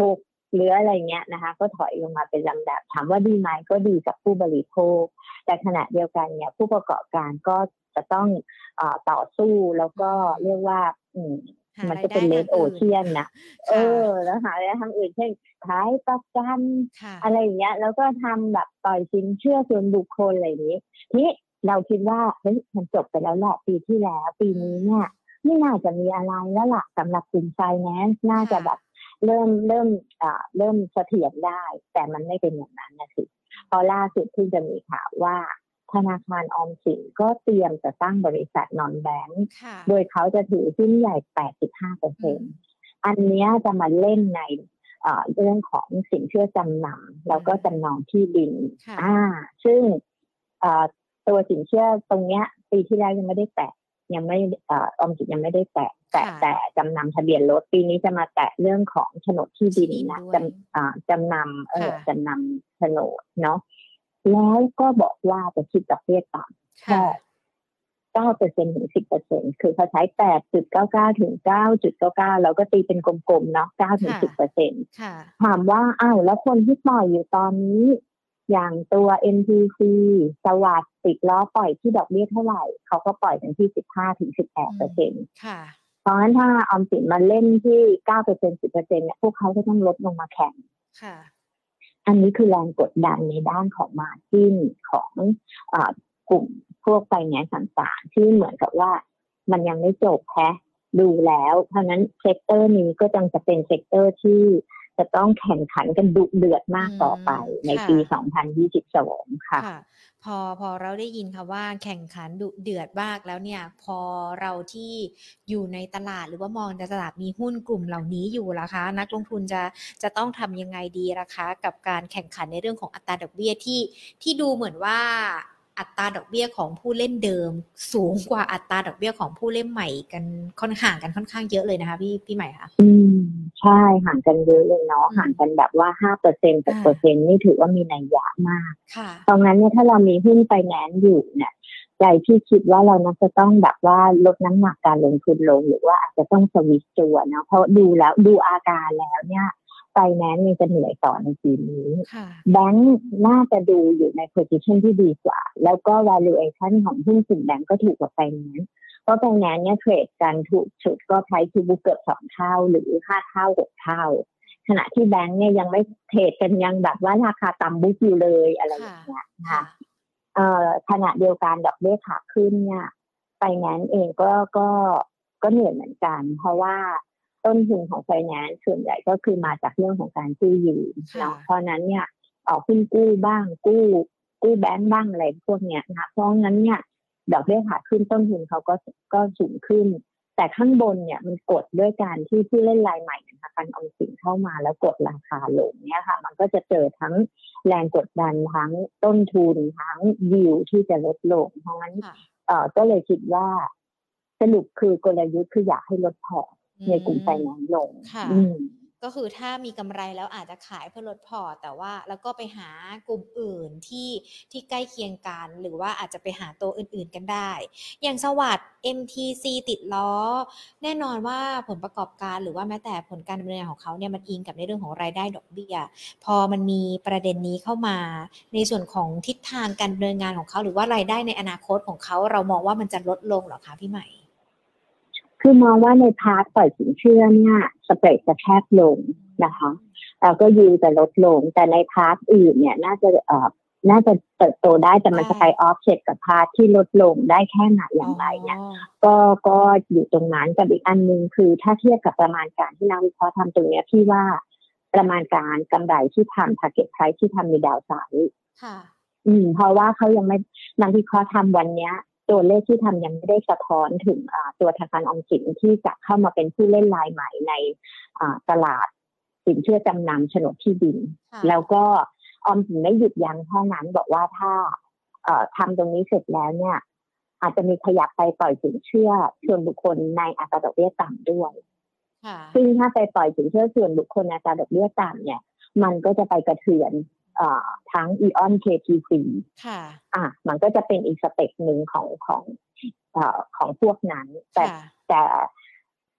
หรืออะไรเงี้ยนะคะก็ถอยลงมาเป็นลำดับถามว่าดีไหมก็ดีกับผู้บริโภคแต่ขณะเดียวกันเนี่ยผู้ประกอบการก็จะต้องเอ่อต่อสู้แล้วก็เรียกว่าอืมมันจะเป็นเลดโอเชียนนะเออแล้วหาอะไรทางอื่นเช่นขายประกันอะไรอย่างเงี้ยแล้วก็ทำแบบปล่อยสินเชื่อส่วนบุคคลอะไรอย่างนี้ที่เราคิดว่าเฮ้ยมันจบไปแล้วแหละปีที่แล้วปีนี้เนี่ยไม่น่าจะมีอะไรแล้วล่ะสำหรับกลุ่มไฟแนนซ์น่าจะแบบเริ่มเริ่มอ่าเริ่มเสถียรได้แต่มันไม่เป็นอย่างนั้นนะสิพอล่าสุดที่จะมีข่าวว่าธนาคารออมสินก็เตรียมจะตั้งบริษัทนอนแบงก์โดยเขาจะถือหุ้นใหญ่ แปดสิบห้าเปอร์เซ็นต์ อันนี้จะมาเล่นในเรื่องของสินเชื่อจำนำแล้วก็จำนองที่ดินอ่าซึ่งตัวสินเชื่อตรงเนี้ยปีที่แล้วยังไม่ได้แตะยังไม่ออมสินยังไม่ได้แตะแต่แต่จำนำทะเบียนรถปีนี้จะมาแตะเรื่องของโฉนดที่ดินนะจำจำนำเออจำนำโฉนดเนาะแล้วก็บอกว่าจะคิดดอกเบี้ยต่ำแค่เก้าเปอร์เซ็นต์ถึงสิบเปอร์เซ็นต์คือเขาใช้แปดจุดเก้าเก้าถึงเก้าจุดเก้าเก้าแล้วก็ตีเป็นกลมๆเนาะเก้าถึงสิบเปอร์เซ็นต์ถามว่าอ้าวแล้วคนที่ปล่อยอยู่ตอนนี้อย่างตัว เอ็ม ที ซี สวัสดิ์ติดล้อปล่อยที่ดอกเบี้ยเท่าไหร่เขาก็ปล่อยกันที่ สิบห้าถึงสิบแปดเปอร์เซ็นต์ ค่ะเพราะฉะนั้นถ้าออมสินมาเล่นที่ เก้าเปอร์เซ็นต์ สิบเปอร์เซ็นต์ เนี่ยพวกเขาก็ต้องลดลงมาแข่งค่ะอันนี้คือแรงกดดันในด้านของมาร์จิ้นของอ่ากลุ่มพวกไฟแนนซ์ต่างๆที่เหมือนกับว่ามันยังไม่จบแค่ดูแล้วเพราะนั้นเซกเตอร์นี้ก็จังจะเป็นเซกเตอร์ที่จะต้องแข่งขันกันดุเดือดมากต่อไปในปีสองพันยี่สิบสองค่ะพอพอเราได้ยินค่ะว่าแข่งขันดุเดือดมากแล้วเนี่ยพอเราที่อยู่ในตลาดหรือว่ามองในตลาดมีหุ้นกลุ่มเหล่านี้อยู่ล่ะคะนักลงทุนจะจะต้องทำยังไงดีล่ะคะกับการแข่งขันในเรื่องของอัตราดอกเบี้ยที่ที่ดูเหมือนว่าอัตราดอกเบี้ยของผู้เล่นเดิมสูงกว่าอัตราดอกเบี้ยของผู้เล่นใหม่กันค่อนห่างกันค่อนข้างเยอะเลยนะคะพี่พี่ใหม่คะอืมใช่ห่างกันเยอะเลยเนาะห่างกันแบบว่า ห้าเปอร์เซ็นต์ กับเปอร์เซ็นต์นี่ถือว่ามีนัยยะมากตรงนั้นเนี่ยถ้าเรามีหุ้นไฟแนนซ์อยู่เนี่ยใจที่คิดว่าเราน่าจะต้องแบบว่าลดน้ำหนักการลงทุนลงหรือว่าอาจจะต้องสวิตช์ตัวนะเพราะดูแล้วดูอาการแล้วเนี่ยไฟแนนซ์มันจะเหนื่อยต่อในปีนี้แบงก์น่าจะดูอยู่ใน position ที่ดีกว่าแล้วก็ valuation ของหุ้นกลุ่มแบงก์ก็ถูกกว่าไฟแนนซ์เพราะไฟแนนซ์เนี่ยเทรดกันถูกสุดก็ไพรซ์ทูบุ๊กเกือบสองเท่าหรือห้าเท่าหกเท่าขณะที่แบงก์เนี่ยยังไม่เทรดกันยังแบบว่าราคาต่ำบุ๊กอยู่เลยอะไรอย่างเงี้ยนะคะเอ่อขณะเดียวกันดอกเบี้ยขาขึ้นเนี่ยไฟแนนซ์เองก็ก็ก็เหนื่อยเหมือนกันเพราะว่าต้นทุนของไฟแนนซ์ส่วนใหญ่ก็คือมาจากเรื่องของการกู้ยืมเนาะเพราะนั้นเนี่ยออกหุ้นกู้บ้างกู้กู้แบงก์บ้างอะไรพวกเนี้ยนะเพราะงั้นเนี่ยดอกเบี้ยขาขึ้นต้นทุนเขาก็ก็สูงขึ้นแต่ข้างบนเนี่ยมันกดด้วยการที่ผู้เล่นรายใหม่นะคะการออมสินเข้ามาแล้วกดราคาลงเนี่ยค่ะมันก็จะเจอทั้งแรงกดดันทั้งต้นทุนทั้งยิวที่จะลดลงเพราะงั้นเอ่อก็เลยคิดว่าสรุปคือกลยุทธ์คืออยากให้ลดพอร์ตในกลุ่มไฟแนนซ์ลงก็คือถ้ามีกำไรแล้วอาจจะขายเพื่อลดพอร์ตแต่ว่าแล้วก็ไปหากลุ่มอื่นที่ที่ใกล้เคียงกันหรือว่าอาจจะไปหาตัวอื่นๆกันได้อย่างสวัสดิ์ เอ็ม ที ซี ติดล้อแน่นอนว่าผลประกอบการหรือว่าแม้แต่ผลการดำเนินงานของเขาเนี่ยมันอิงกับในเรื่องของรายได้ดอกเบี้ยพอมันมีประเด็นนี้เข้ามาในส่วนของทิศทางการดำเนินงานของเขาหรือว่ารายได้ในอนาคตของเขาเรามองว่ามันจะลดลงหรอคะพี่ใหม่คือมองว่าในพาร์ทปล่อยสินเชื่อเนี่ยสเปรดจะแคบลงนะคะแล้วก็ยูจะลดลงแต่ในพาร์ทอื่นเนี่ยน่าจะเอ่อน่าจะเติบโตได้แต่มันจะไปออฟเซตกับพาร์ทที่ลดลงได้แค่ไหนอย่างไรเนี่ยก็ก็อยู่ตรงนั้นกับอีกอันนึงคือถ้าเทียบกับประมาณการที่นักวิเคราะห์ทำตรงนี้พี่ว่าประมาณการกำไรที่ทำ target price ที่ทำมีดาวไซด์ค่ะอืมเพราะว่าเขายังไม่นักวิเคราะห์ทำวันเนี้ยตัวเลขที่ทำยังไม่ได้สะท้อนถึงตัวธนาคารออมสินที่จะเข้ามาเป็นผู้เล่นรายใหม่ในตลาดสินเชื่อจำนำโฉนดที่ดินแล้วก็ออมสินไม่หยุดยั้งเท่านั้นบอกว่าถ้าทำตรงนี้เสร็จแล้วเนี่ยอาจจะมีขยับไปปล่อยสินเชื่อส่วนบุคคลในอัตราดอกเบี้ยต่ำด้วยซึ่งถ้าไปปล่อยสินเชื่อส่วนบุคคลในอัตราดอกเบี้ยต่ำเนี่ยมันก็จะไปกระเทือนทั้ง อี ออน เค ที ซี ค่ะอ่ะมันก็จะเป็นอีกสเต็ปหนึ่งของของเอ่อของพวกนั้นแต่แต่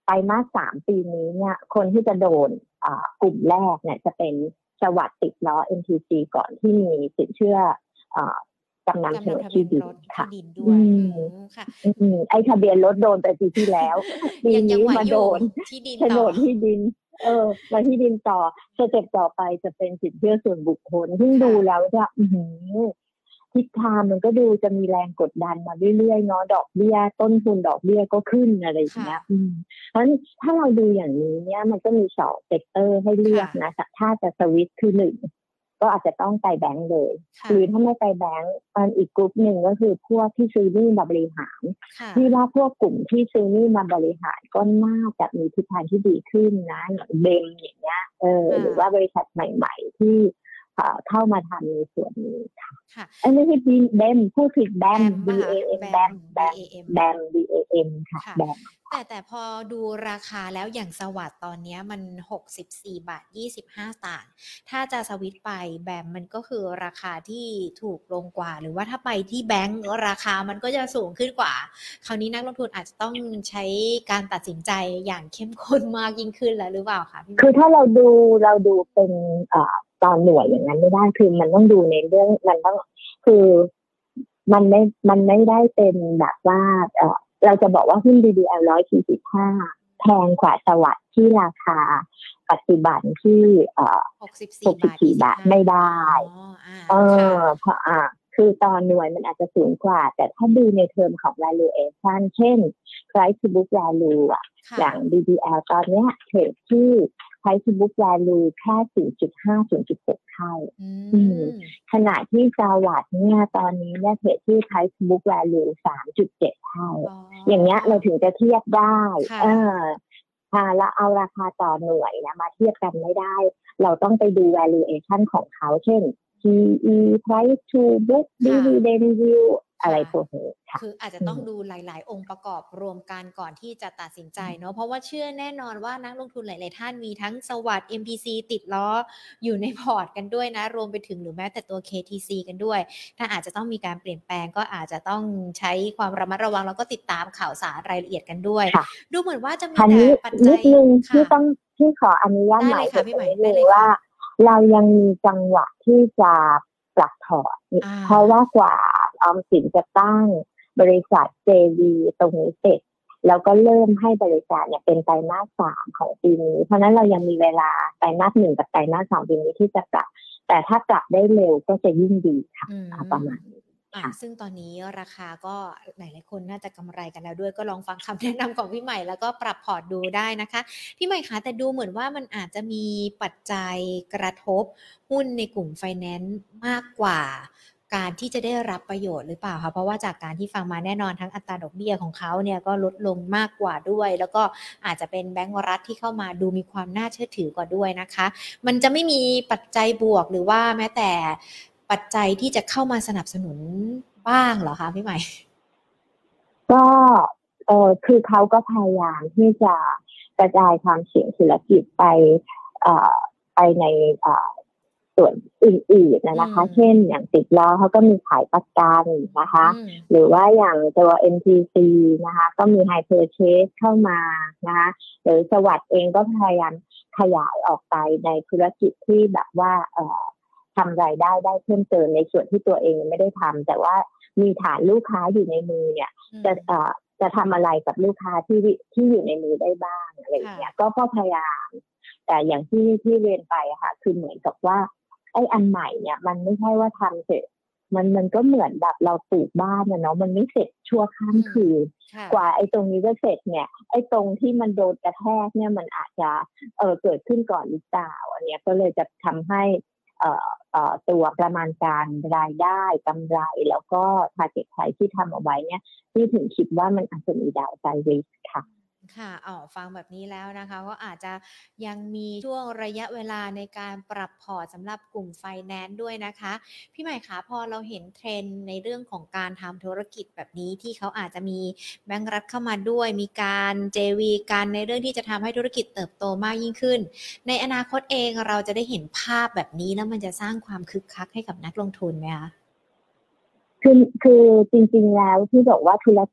ไตรมาสสามปีนี้เนี่ยคนที่จะโดนกลุ่มแรกเนี่ยจะเป็นสวัสดิ์ติดล้อ เอ็ม ที ซี ก่อนที่มีสินเชื่อกำลังโฉนดที่ดินค่ะอืมค่ะไอ้ทะเบียนรถโดนไปปีที่แล้วปีนี้มาโดนโฉนดที่ดินเออมาที่ดินต่อสเต็ปต่อไปจะเป็นสินเชื่อส่วนบุคคลซึ่งดูแล้วจะอือทิศทางมันก็ดูจะมีแรงกดดันมาเรื่อยๆเนาะดอกเบี้ยต้นทุนดอกเบี้ยก็ขึ้นอะไรอย่างเงี้ยอืมเพราะฉะนั้นถ้าเราดูอย่างนี้เนี่ยมันก็มีสองเซกเตอร์ให้เลือกนะถ้าจะสวิตช์คือหนึ่งก็อาจจะต้องไปแบงก์เลยหรือถ้าไม่ไปแบงก์อันอีกกลุ่มหนึ่งก็คือพวกที่ซื้อหนี้มาบริหารที่ว่าพวกกลุ่มที่ซื้อหนี้มาบริหารก็น่าจะมีทิศทางที่ดีขึ้นนะอย่างเบมอย่างเงี้ยเออหรือว่าบริษัทใหม่ๆที่เข้ามาทำในส่วนนี้ค่ะไอ้ไม่ใช่บีแบมพูดผิดแบม B A M แบมแบมแบม B A M ค่ะแบมแต่แต่พอดูราคาแล้วอย่างสวัสดิ์ตอนนี้มันหกสิบสี่บาทยี่สิบห้าสตางค์ถ้าจะสวิตช์ไปแบมมันก็คือราคาที่ถูกลงกว่าหรือว่าถ้าไปที่แบงก์ราคามันก็จะสูงขึ้นกว่าคราวนี้นักลงทุนอาจจะต้องใช้การตัดสินใจอย่างเข้มข้นมากยิ่งขึ้นแล้วหรือเปล่าคะพี่คือถ้าเราดูเราดูเป็นเอ่อตอนหน่วยอย่างนั้นไม่ได้คือมันต้องดูในเรื่องมันต้องคือมันไม่มันไม่ได้เป็นแบบว่าเอ่อเราจะบอกว่าหุ้น ดี ดี แอล หนึ่งร้อยสี่สิบห้าแพงกว่าสวัสดิ์ที่ราคาปัจจุบันที่เอ่อหกสิบสี่บาทไม่ได้เออเพราะอ่ะคือตอนหน่วยมันอาจจะสูงกว่าแต่ถ้าดูในเทอมของ valuation เช่น price to book value อ่ะอย่าง ดี ดี แอล ตอนเนี้ยเทรดที่ price to book value แค่ ศูนย์จุดห้า ศูนย์จุดหก เท่าขณะที่สวัสดิ์เนี่ยตอนนี้เนี่ยเทรดที่ price to book value สามจุดเจ็ด เท่าอย่างเงี้ยเราถึงจะเทียบได้เออค่ะแล้วเอาราคาต่อหน่วยนะมาเทียบกันไม่ได้เราต้องไปดู valuation ของเขาเช่น พี อี price to book dividend yield อะไรพวกนี้ค่ะคืออาจจะต้องดูหลายๆองค์ประกอบรวมกันก่อนที่จะตัดสินใจเนาะเพราะว่าเชื่อแน่นอนว่านักลงทุนหลายๆท่านมีทั้งสวัสดิ์ เอ็ม ที ซี ติดล้ออยู่ในพอร์ตกันด้วยนะรวมไปถึงหรือแม้แต่ตัว เค ที ซี กันด้วยถ้าอาจจะต้องมีการเปลี่ยนแปลงก็อาจจะต้องใช้ความระมัดระวังแล้วก็ติดตามข่าวสารรายละเอียดกันด้วยดูเหมือนว่าจะมีแต่ปัจจัยที่ต้องที่ขออนุญาตใหม่เลยว่าเรายังมีจังหวะที่จะปรับพอร์ตเพราะว่ากว่าออมสินจะตั้งบริษัท เจ วี ตรงนี้เสร็จแล้วก็เริ่มให้บริการเนี่ยเป็นไตรมาสสามของปีนี้เพราะนั้นเรายังมีเวลาไตรมาสหนึ่งกับไตรมาสสองปีนี้ที่จะปรับแต่ถ้ากลับได้เร็วก็จะยิ่งดีค่ะประมาณนี้อ่ะซึ่งตอนนี้ราคาก็หลายๆคนน่าจะกำไรกันแล้วด้วยก็ลองฟังคำแนะนำของพี่ใหม่แล้วก็ปรับพอร์ตดูได้นะคะพี่ใหม่คะแต่ดูเหมือนว่ามันอาจจะมีปัจจัยกระทบหุ้นในกลุ่มไฟแนนซ์มากกว่าการที่จะได้รับประโยชน์หรือเปล่าคะเพราะว่าจากการที่ฟังมาแน่นอนทั้งอัตราดอกเบี้ยของเขาเนี่ยก็ลดลงมากกว่าด้วยแล้วก็อาจจะเป็นแบงก์รัฐที่เข้ามาดูมีความน่าเชื่อถือกว่าด้วยนะคะมันจะไม่มีปัจจัยบวกหรือว่าแม้แต่ปัจจัยที่จะเข้ามาสนับสนุนบ้างเหรอคะพี่ใหม่ก็เออคือเขาก็พยายามที่จะกระจายความเสี่ยงธุรกิจไปเอ่อไปในเอ่อส่วนอื่นๆนะนะคะเช่นอย่างติดล้อเขาก็มีขายประกันนะคะหรือว่าอย่างตัว เอ็ม ที ซี นะคะก็มี High Purchase เข้ามานะคะหรือสวัสดิ์เองก็พยายามขยายออกไปในธุรกิจที่แบบว่าเอ่อทำรายได้ได้เพิ่มเติมในส่วนที่ตัวเองไม่ได้ทำแต่ว่ามีฐานลูกค้าอยู่ในมือเนี่ยจะเอ่อจะทำอะไรกับลูกค้าที่ที่อยู่ในมือได้บ้างอะไรอย่างเงี้ยก็พยายามแต่อย่างที่ที่เรียนไปค่ะคือเหมือนกับว่าไอ้อันใหม่เนี่ยมันไม่ใช่ว่าทำเสร็จมันมันก็เหมือนแบบเราปลูกบ้านนะเนาะมันไม่เสร็จชั่วข้ามคืนกว่าไอ้ตรงนี้จะเสร็จเนี่ยไอ้ตรงที่มันโดนกระแทกเนี่ยมันอาจจะเออเกิดขึ้นก่อนหรือเปล่าอันเนี้ยก็เลยจะทำให้เอ่อเอ่อตัวประมาณการรายได้กำไรแล้วก็ target price ที่ทำเอาไว้เนี่ยที่ถึงคิดว่ามันอาจจะมีดาวไซด์ริสก์ค่ะค่ะอ๋อฟังแบบนี้แล้วนะคะก็อาจจะยังมีช่วงระยะเวลาในการปรับพอร์ตสำหรับกลุ่มไฟแนนซ์ด้วยนะคะพี่ใหม่คะพอเราเห็นเทรนด์ในเรื่องของการทำธุรกิจแบบนี้ที่เขาอาจจะมีแบงก์รัฐเข้ามาด้วยมีการ เจ วี กันในเรื่องที่จะทำให้ธุรกิจเติบโตมากยิ่งขึ้นในอนาคตเองเราจะได้เห็นภาพแบบนี้แล้วมันจะสร้างความคึกคักให้กับนักลงทุนไหมคะคือคือจริงๆแล้วที่บอกว่าธุรกิจ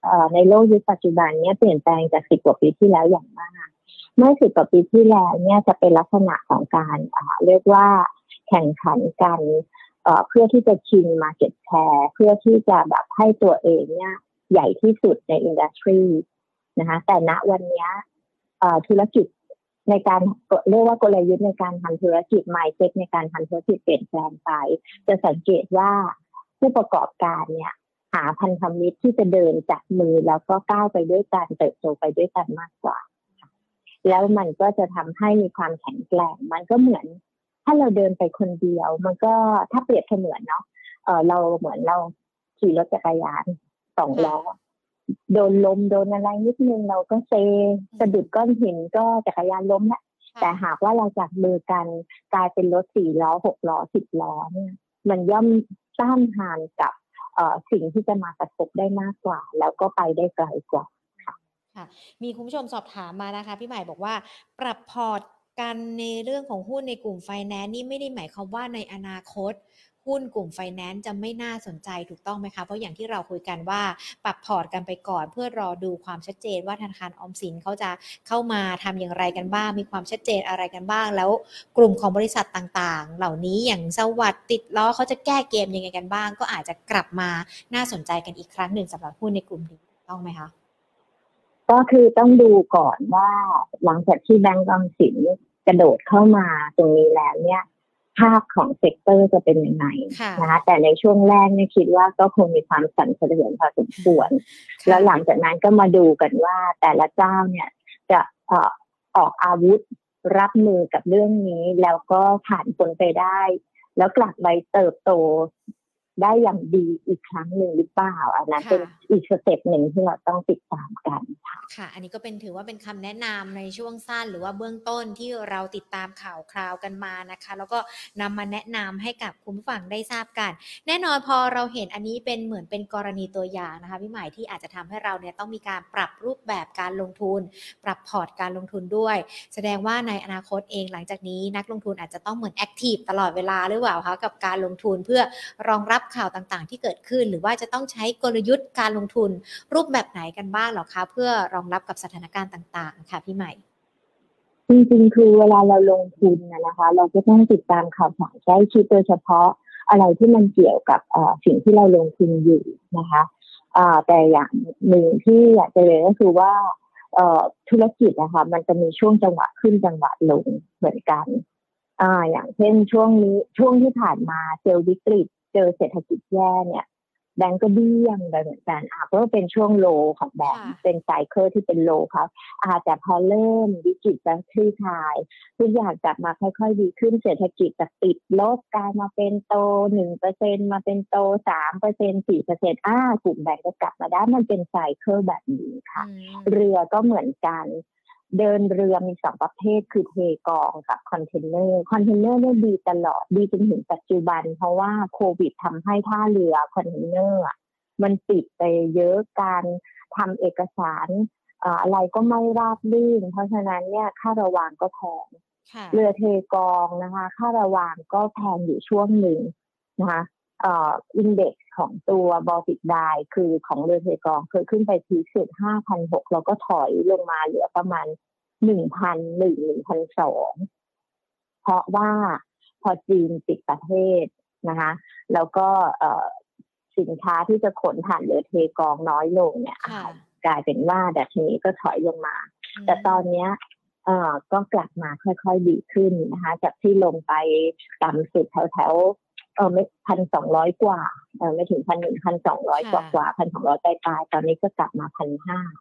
ในโลกยุคปัจจุบันเนี่ยเปลี่ยนแปลงจากสิบกว่าปีที่แล้วอย่างมากเมื่อสิบกว่าปีที่แล้วเนี่ยจะเป็นลักษณะของการเรียกว่าแข่งขันกันเพื่อที่จะชิง market share เพื่อที่จะแบบให้ตัวเองเนี่ยใหญ่ที่สุดในอินดัสทรีนะคะแต่ณวันนี้ธุรกิจในการเรียกว่ากลยุทธ์ในการทำธุรกิจ mindset ในการทำธุรกิจเปลี่ยนแปลงไปจะสังเกตว่าผู้ประกอบการเนี่ยหาพันธมิตรที่จะเดินจับมือแล้วก็ก้าวไปด้วยกันเติบโตไปด้วยกันมากกว่าแล้วมันก็จะทำให้มีความแข็งแกร่งมันก็เหมือนถ้าเราเดินไปคนเดียวมันก็ถ้าเปรียบเสมือนเนาะเออเราเหมือนเราขี่รถจักรยานสองล้อโดนลมโดนอะไรนิดนึงเราก็เซสะดุดก้อนหินก็จักรยานล้มแล้วแต่หากว่าเราจับมือกันกลายเป็นรถสี่ล้อหกล้อสิบล้อเนี่ยมันย่อมต้านทานกับเอ่อสิ่งที่จะมากระทบได้มากกว่าแล้วก็ไปได้ไกลกว่าค่ะมีคุณผู้ชมสอบถามมานะคะพี่ใหม่บอกว่าปรับพอร์ตกันในเรื่องของหุ้นในกลุ่มไฟแนนซ์นี่ไม่ได้หมายความว่าในอนาคตหุ้นกลุ่มไฟแนนซ์จะไม่น่าสนใจถูกต้องไหมคะเพราะอย่างที่เราคุยกันว่าปรับพอร์ตกันไปก่อนเพื่อรอดูความชัดเจนว่าธนาคารออมสินเขาจะเข้ามาทำอย่างไรกันบ้างมีความชัดเจนอะไรกันบ้างแล้วกลุ่มของบริษัทต่างๆเหล่านี้อย่างสวัสดิ์ติดล้อเขาจะแก้เกมยังไงกันบ้างก็อาจจะกลับมาน่าสนใจกันอีกครั้งหนึ่งสำหรับหุ้นในกลุ่มนี้ถูกต้องไหมคะก็คือต้องดูก่อนว่าหลังจากที่แบงก์ออมสินกระโดดเข้ามาตรงนี้แล้วเนี่ยภาพของเซกเตอร์จะเป็นยังไงนะคะแต่ในช่วงแรกเนี่ยคิดว่าก็คงมีความสั่นสะเทือนพอสมควรแล้วหลังจากนั้นก็มาดูกันว่าแต่ละเจ้าเนี่ยจะเอ่อออกอาวุธรับมือกับเรื่องนี้แล้วก็ผ่านพ้นไปได้แล้วกลับไปเติบโตได้อย่างดีอีกครั้งหนึ่งหรือเปล่าอันนั้นเป็นอีกสเต็ปหนึ่งที่เราต้องติดตามกันค่ะค่ะอันนี้ก็เป็นถือว่าเป็นคำแนะนำในช่วงสั้นหรือว่าเบื้องต้นที่เราติดตามข่าวคราวกันมานะคะแล้วก็นำมาแนะนำให้กับคุณผู้ฟังได้ทราบกันแน่นอนพอเราเห็นอันนี้เป็นเหมือนเป็นกรณีตัวอย่างนะคะพี่หมายที่อาจจะทำให้เราเนี่ยต้องมีการปรับรูปแบบการลงทุนปรับพอร์ตการลงทุนด้วยแสดงว่าในอนาคตเองหลังจากนี้นักลงทุนอาจจะต้องเหมือนแอคทีฟตลอดเวลาหรือเปล่าคะกับการลงทุนเพื่อรองรับข่าวต่างๆที่เกิดขึ้นหรือว่าจะต้องใช้กลยุทธ์การลงทุนรูปแบบไหนกันบ้างหรอคะเพื่อรองรับกับสถานการณ์ต่างๆค่ะพี่ใหม่จริงๆคือเวลาเราลงทุนนะคะเราก็ต้องติดตามข่าวสารใกล้ชิดโดยเฉพาะอะไรที่มันเกี่ยวกับสิ่งที่เราลงทุนอยู่นะคะแต่อย่างหนึ่งที่อยากจะเรียนก็คือว่าธุรกิจนะคะมันจะมีช่วงจังหวะขึ้นจังหวะลงเหมือนกันอ่าอย่างเช่นช่วงนี้ช่วงที่ผ่านมาเจอวิกฤตเจอเศรษฐกิจแย่เนี่ยแบงก์ก็เบี้ยงไปเหมือนกันอ่ะเพราะว่าเป็นช่วงโลของแบงก์เป็นไซเคิลที่เป็นโลครับอาจจะพอเริ่มวิกฤตจะคลี่คลายทุกอย่างกลับมาค่อยๆดีขึ้นเศรษฐกิจจะติดลบกลายมาเป็นโต หนึ่งเปอร์เซ็นต์ มาเป็นโต สามเปอร์เซ็นต์ สี่เปอร์เซ็นต์ อ่ากลุ่มแบงก์ก็กลับมาได้มันเป็นไซเคิลแบบนี้ค่ะเรือก็เหมือนกันเดินเรือมีสองประเภทคือเทกองกับคอนเทนเนอร์คอนเทนเนอร์เนี่ยดีตลอดดีจนถึงปัจจุบันเพราะว่าโควิดทำให้ท่าเรือคอนเทนเนอร์มันปิดไปเยอะการทำเอกสารอะไรก็ไม่ราบรื่นเพราะฉะนั้นเนี่ยค่าระวางก็แพงเรือเทกองนะคะค่าระวางก็แพงอยู่ช่วงหนึ่งนะคะเอ่ออินเด็กซ์ของตัวบอลติกไดคือของเรือเทกองเคยขึ้นไปที่สุด ห้าพันหกร้อย แล้วก็ถอยลงมาเหลือประมาณ หนึ่งพันหนึ่ง หนึ่งพันสองร้อย เพราะว่าพอจีนปิดประเทศนะคะแล้วก็เอ่อสินค้าที่จะขนผ่านเรือเทกองน้อยลงเนี่ยกลายเป็นว่าดัชนีก็ถอยลงมาแต่ตอนนี้เอ่อก็กลับมาค่อยๆดีขึ้นนะคะจากที่ลงไปต่ำสุดแถวๆเออไม่ หนึ่งพันสองร้อย กว่าเออไม่ถึง หนึ่งพันสองร้อย กว่าๆ หนึ่งพันสองร้อย ปลายๆตอนนี้ก็กลับมา หนึ่งพันห้าร้อย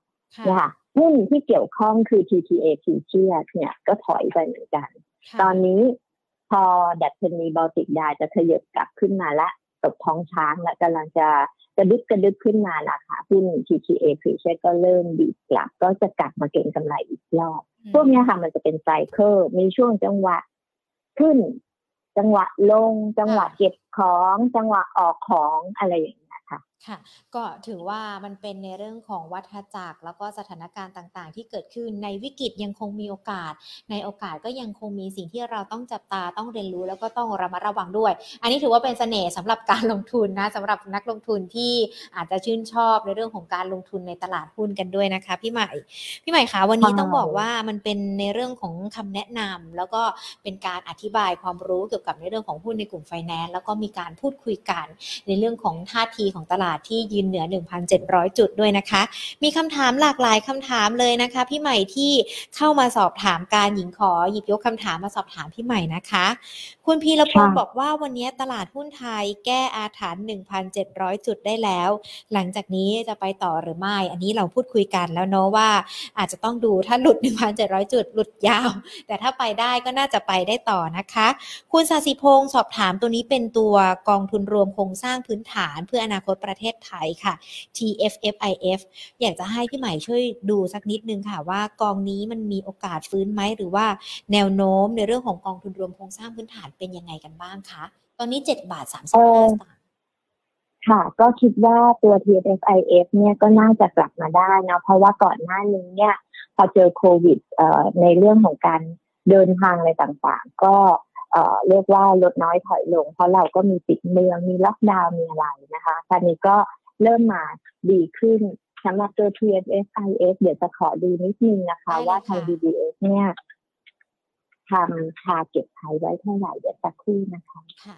นะคะหุ้นที่เกี่ยวข้องคือ ที ที เอ Futures เนี่ยก็ถอยไปเหมือนกันตอนนี้พอดัชนีบอลติกไดจะทะยบกลับขึ้นมาละตบท้องช้างและกำลังจะกระดึบกระดึบขึ้นมาละค่ะหุ้น ที ที เอ Futures ก็เริ่มดีกลับก็จะกลับมาเก็งกำไรอีกรอบพวกนี้ค่ะมันจะเป็นไซเคิลมีช่วงจังหวะขึ้นจังหวะลงจังหวะเก็บของจังหวะออกของอะไรอย่างเงี้ยค่ะค่ะก็ถือว่ามันเป็นในเรื่องของวัฏจักรแล้วก็สถานการณ์ต่างๆที่เกิดขึ้นในวิกฤตยังคงมีโอกาสในโอกาสก็ยังคงมีสิ่งที่เราต้องจับตาต้องเรียนรู้แล้วก็ต้องระมัดระวังด้วยอันนี้ถือว่าเป็นเสน่ห์สำหรับการลงทุนนะสำหรับนักลงทุนที่อาจจะชื่นชอบในเรื่องของการลงทุนในตลาดหุ้นกันด้วยนะคะพี่ใหม่พี่ใหม่คะวันนี้ต้องบอกว่ามันเป็นในเรื่องของคำแนะนำแล้วก็เป็นการอธิบายความรู้เกี่ยวกับในเรื่องของหุ้นในกลุ่มไฟแนนซ์แล้วก็มีการพูดคุยกันในเรื่องของท่าทีของตลาดที่ยืนเหนือ หนึ่งพันเจ็ดร้อย จุดด้วยนะคะมีคำถามหลากหลายคำถามเลยนะคะพี่ใหม่ที่เข้ามาสอบถามการหญิงขอหยิบยกคำถามมาสอบถามพี่ใหม่นะคะคุณพีรพงศ์บอกว่าวันนี้ตลาดหุ้นไทยแก้อาถรรพ์ หนึ่งพันเจ็ดร้อย จุดได้แล้วหลังจากนี้จะไปต่อหรือไม่อันนี้เราพูดคุยกันแล้วเนาะว่าอาจจะต้องดูถ้าหลุด หนึ่งพันเจ็ดร้อย จุดหลุดยาวแต่ถ้าไปได้ก็น่าจะไปได้ต่อนะคะคุณศศิพงศ์สอบถามตัวนี้เป็นตัวกองทุนรวมโครงสร้างพื้นฐานเพื่ออนาคตประเทศไทยค่ะ ที เอฟ เอฟ ไอ เอฟ อยากจะให้พี่ใหม่ช่วยดูสักนิดนึงค่ะว่ากองนี้มันมีโอกาสฟื้นไหมหรือว่าแนวโน้มในเรื่องของกองทุนรวมโครงสร้างพื้นฐานเป็นยังไงกันบ้างคะตอนนี้เจ็ดบาทสามสิบห้าสตางค์ค่ะก็คิดว่าตัว ที เอฟ เอฟ ไอ เอฟ เนี่ยก็น่าจะกลับมาได้นะเพราะว่าก่อนหน้านี้เนี่ยพอเจอโควิดเอ่อในเรื่องของการเดินทางอะไรต่างๆก็เอ่อเรียกว่าลดน้อยถอยลงเพราะเราก็มีปิดเมืองมีล็อกดาวน์มีอะไรนะคะตอนนี้ก็เริ่มมาดีขึ้นสำหรับตัว ที เอฟ เอฟ ไอ เอฟ เดี๋ยวจะขอดูนิดนึงนะคะว่าทาง ดี บี เอส เนี่ยทำทาร์เก็ตไว้ไว้เท่าไหร่เดี๋ยวสักครู่นะคะ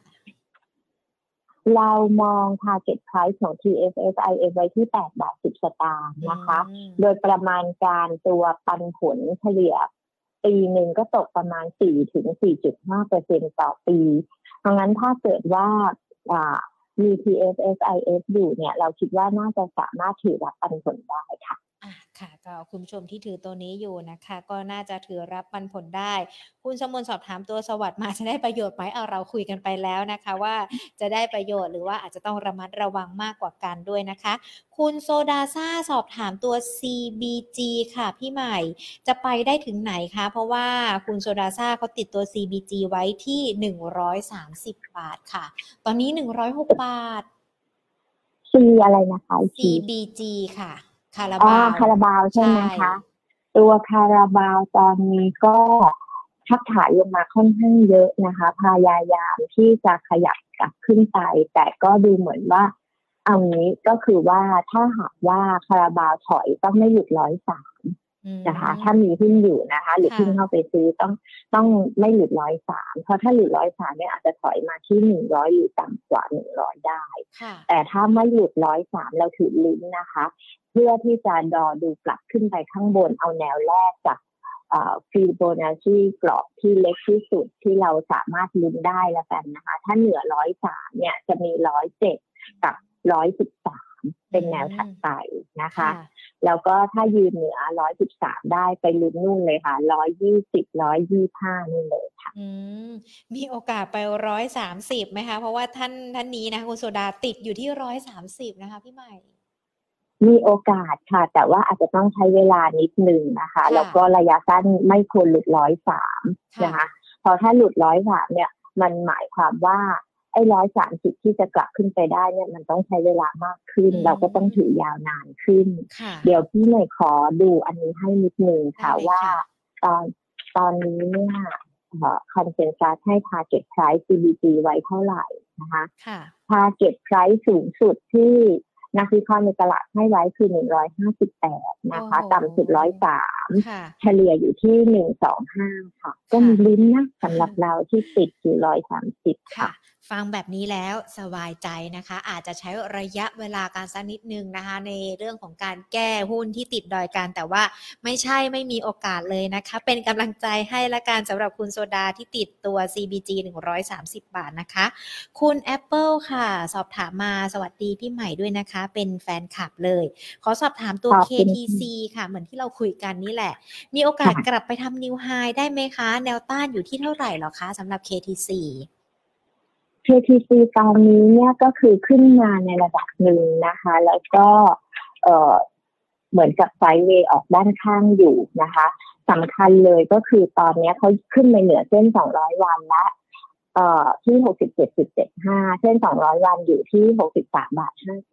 เรามอง target price ของ ที เอฟ เอฟ ไอ เอฟ ไว้ที่แปดบาทสิบสตางค์นะคะโดยประมาณการตัวปันผลเฉลี่ยปีหนึ่งก็ตกประมาณ สี่ถึงสี่จุดห้าเปอร์เซ็นต์ ต่อปีเพราะงั้นถ้าเกิดว่ามี ที เอฟ เอฟ ไอ เอฟ อยู่เนี่ยเราคิดว่าน่าจะสามารถถือรับปันผลได้ค่ะอ่ะค่ะก็คุณผู้ชมที่ถือตัวนี้อยู่นะคะก็น่าจะถือรับปันผลได้คุณสมนสอบถามตัวสวัสดิ์มาจะได้ประโยชน์ไหมเอาเราคุยกันไปแล้วนะคะว่าจะได้ประโยชน์หรือว่าอาจจะต้องระมัดระวังมากกว่ากันด้วยนะคะคุณโซดาซ่าสอบถามตัว ซี บี จี ค่ะพี่ใหม่จะไปได้ถึงไหนคะเพราะว่าคุณโซดาซ่าเขาติดตัว ซี บี จี ไว้ที่หนึ่งร้อยสามสิบบาทค่ะตอนนี้หนึ่งร้อยหกบาท C อะไรนะคะซี บี จี ค่ะคาราอ๋อบาวคาราบาวใช่ไหมคะตัวคาราบาวตอนนี้ก็ทับถ่ายลงมาค่อนข้างเยอะนะคะพยายามที่จะขยับกลับขึ้นไปแต่ก็ดูเหมือนว่าเอางี้ก็คือว่าถ้าหากว่าคาราบาวถอยต้องไม่หยุดร้อยสามนะคะถ้ามีหุ้นอยู่นะคะหรือหุ้นเข้าไปซื้อต้องต้องไม่หลุดร้อยสามเพราะถ้าหลุดร้อยสามเนี่ยอาจจะถอยมาที่หนึ่งร้อยหรือต่ำกว่าหนึ่งร้อยได้แต่ถ้าไม่หลุดร้อยสามเราถือลิ้นนะคะเพื่อที่จะดอดูกลับขึ้นไปข้างบนเอาแนวแรกจากฟิโบนัชชีกรอบที่เล็กที่สุดที่เราสามารถลุ้นได้แล้วกันนะคะถ้าเหนือร้อยสามเนี่ยจะมีร้อยเจ็ดกับร้อยสิบสามเป็นแนวถัดไปนะคะแล้วก็ถ้ายืนเหนือร้อยสิบสามได้ไปลุ้นนู่นเลยค่ะร้อยยี่สิบร้อยยี่สิบห้านี่เลยค่ะอืมมีโอกาสไปร้อยสามสิบไหมคะเพราะว่าท่านท่านนี้นะคุณโซดาติดอยู่ที่ร้อยสามสิบนะคะพี่ใหม่มีโอกาสค่ะแต่ว่าอาจจะต้องใช้เวลานิดนึงนะคะแล้วก็ระยะสั้นไม่ควรหลุดร้อยสามนะคะพอถ้าหลุดร้อยสามเนี่ยมันหมายความว่าไอ้ร้อยสามสิบที่จะกลับขึ้นไปได้เนี่ยมันต้องใช้เวลามากขึ้นเราก็ต้องถือยาวนานขึ้นเดี๋ยวพี่เลยขอดูอันนี้ให้นิดนึงค่ะว่าตอนตอนนี้เนี่ยคอนเซนแซสให้ target price ซี บี จี ไว้เท่าไหร่นะคะ target price สูงสุดที่นักวิเคราะห์ในตลาดให้ไว้คือหนึ่งร้อยห้าสิบแปดนะคะต่ำสุดหนึ่งร้อยสามเฉลี่ยอยู่ที่หนึ่งร้อยยี่สิบห้าค่ะก็มีลิ้นนะสำหรับเราที่ติดอยู่หนึ่งร้อยสามสิบค่ะฟังแบบนี้แล้วสบายใจนะคะอาจจะใช้ระยะเวลาการสักนิดนึงนะคะในเรื่องของการแก้หุ้นที่ติดดอยกันแต่ว่าไม่ใช่ไม่มีโอกาสเลยนะคะเป็นกำลังใจให้ละกันสำหรับคุณโซดาที่ติดตัว ซี บี จี หนึ่งร้อยสามสิบบาทนะคะคุณ Apple ค่ะสอบถามมาสวัสดีพี่ใหม่ด้วยนะคะเป็นแฟนคลับเลยขอสอบถามตัว เค ที ซี ค่ะเหมือนที่เราคุยกันนี่แหละมีโอกาสกลับไปทำนิวไฮได้ไหมคะแนวต้านอยู่ที่เท่าไหร่หรอคะสำหรับ เค ที ซีเค ที ซี ตอนนี้เนี่ยก็คือขึ้นมาในระดับหนึ่งนะคะแล้วก็เอ่อเหมือนกับไซด์เวย์ออกด้านข้างอยู่นะคะสำคัญเลยก็คือตอนนี้เขาขึ้นไปเหนือเส้นสองร้อยวันละเอ่อที่ หกสิบเจ็ดจุดเจ็ดห้า เส้นสองร้อยวันอยู่ที่หกสิบสามบาทห้าสิบเพ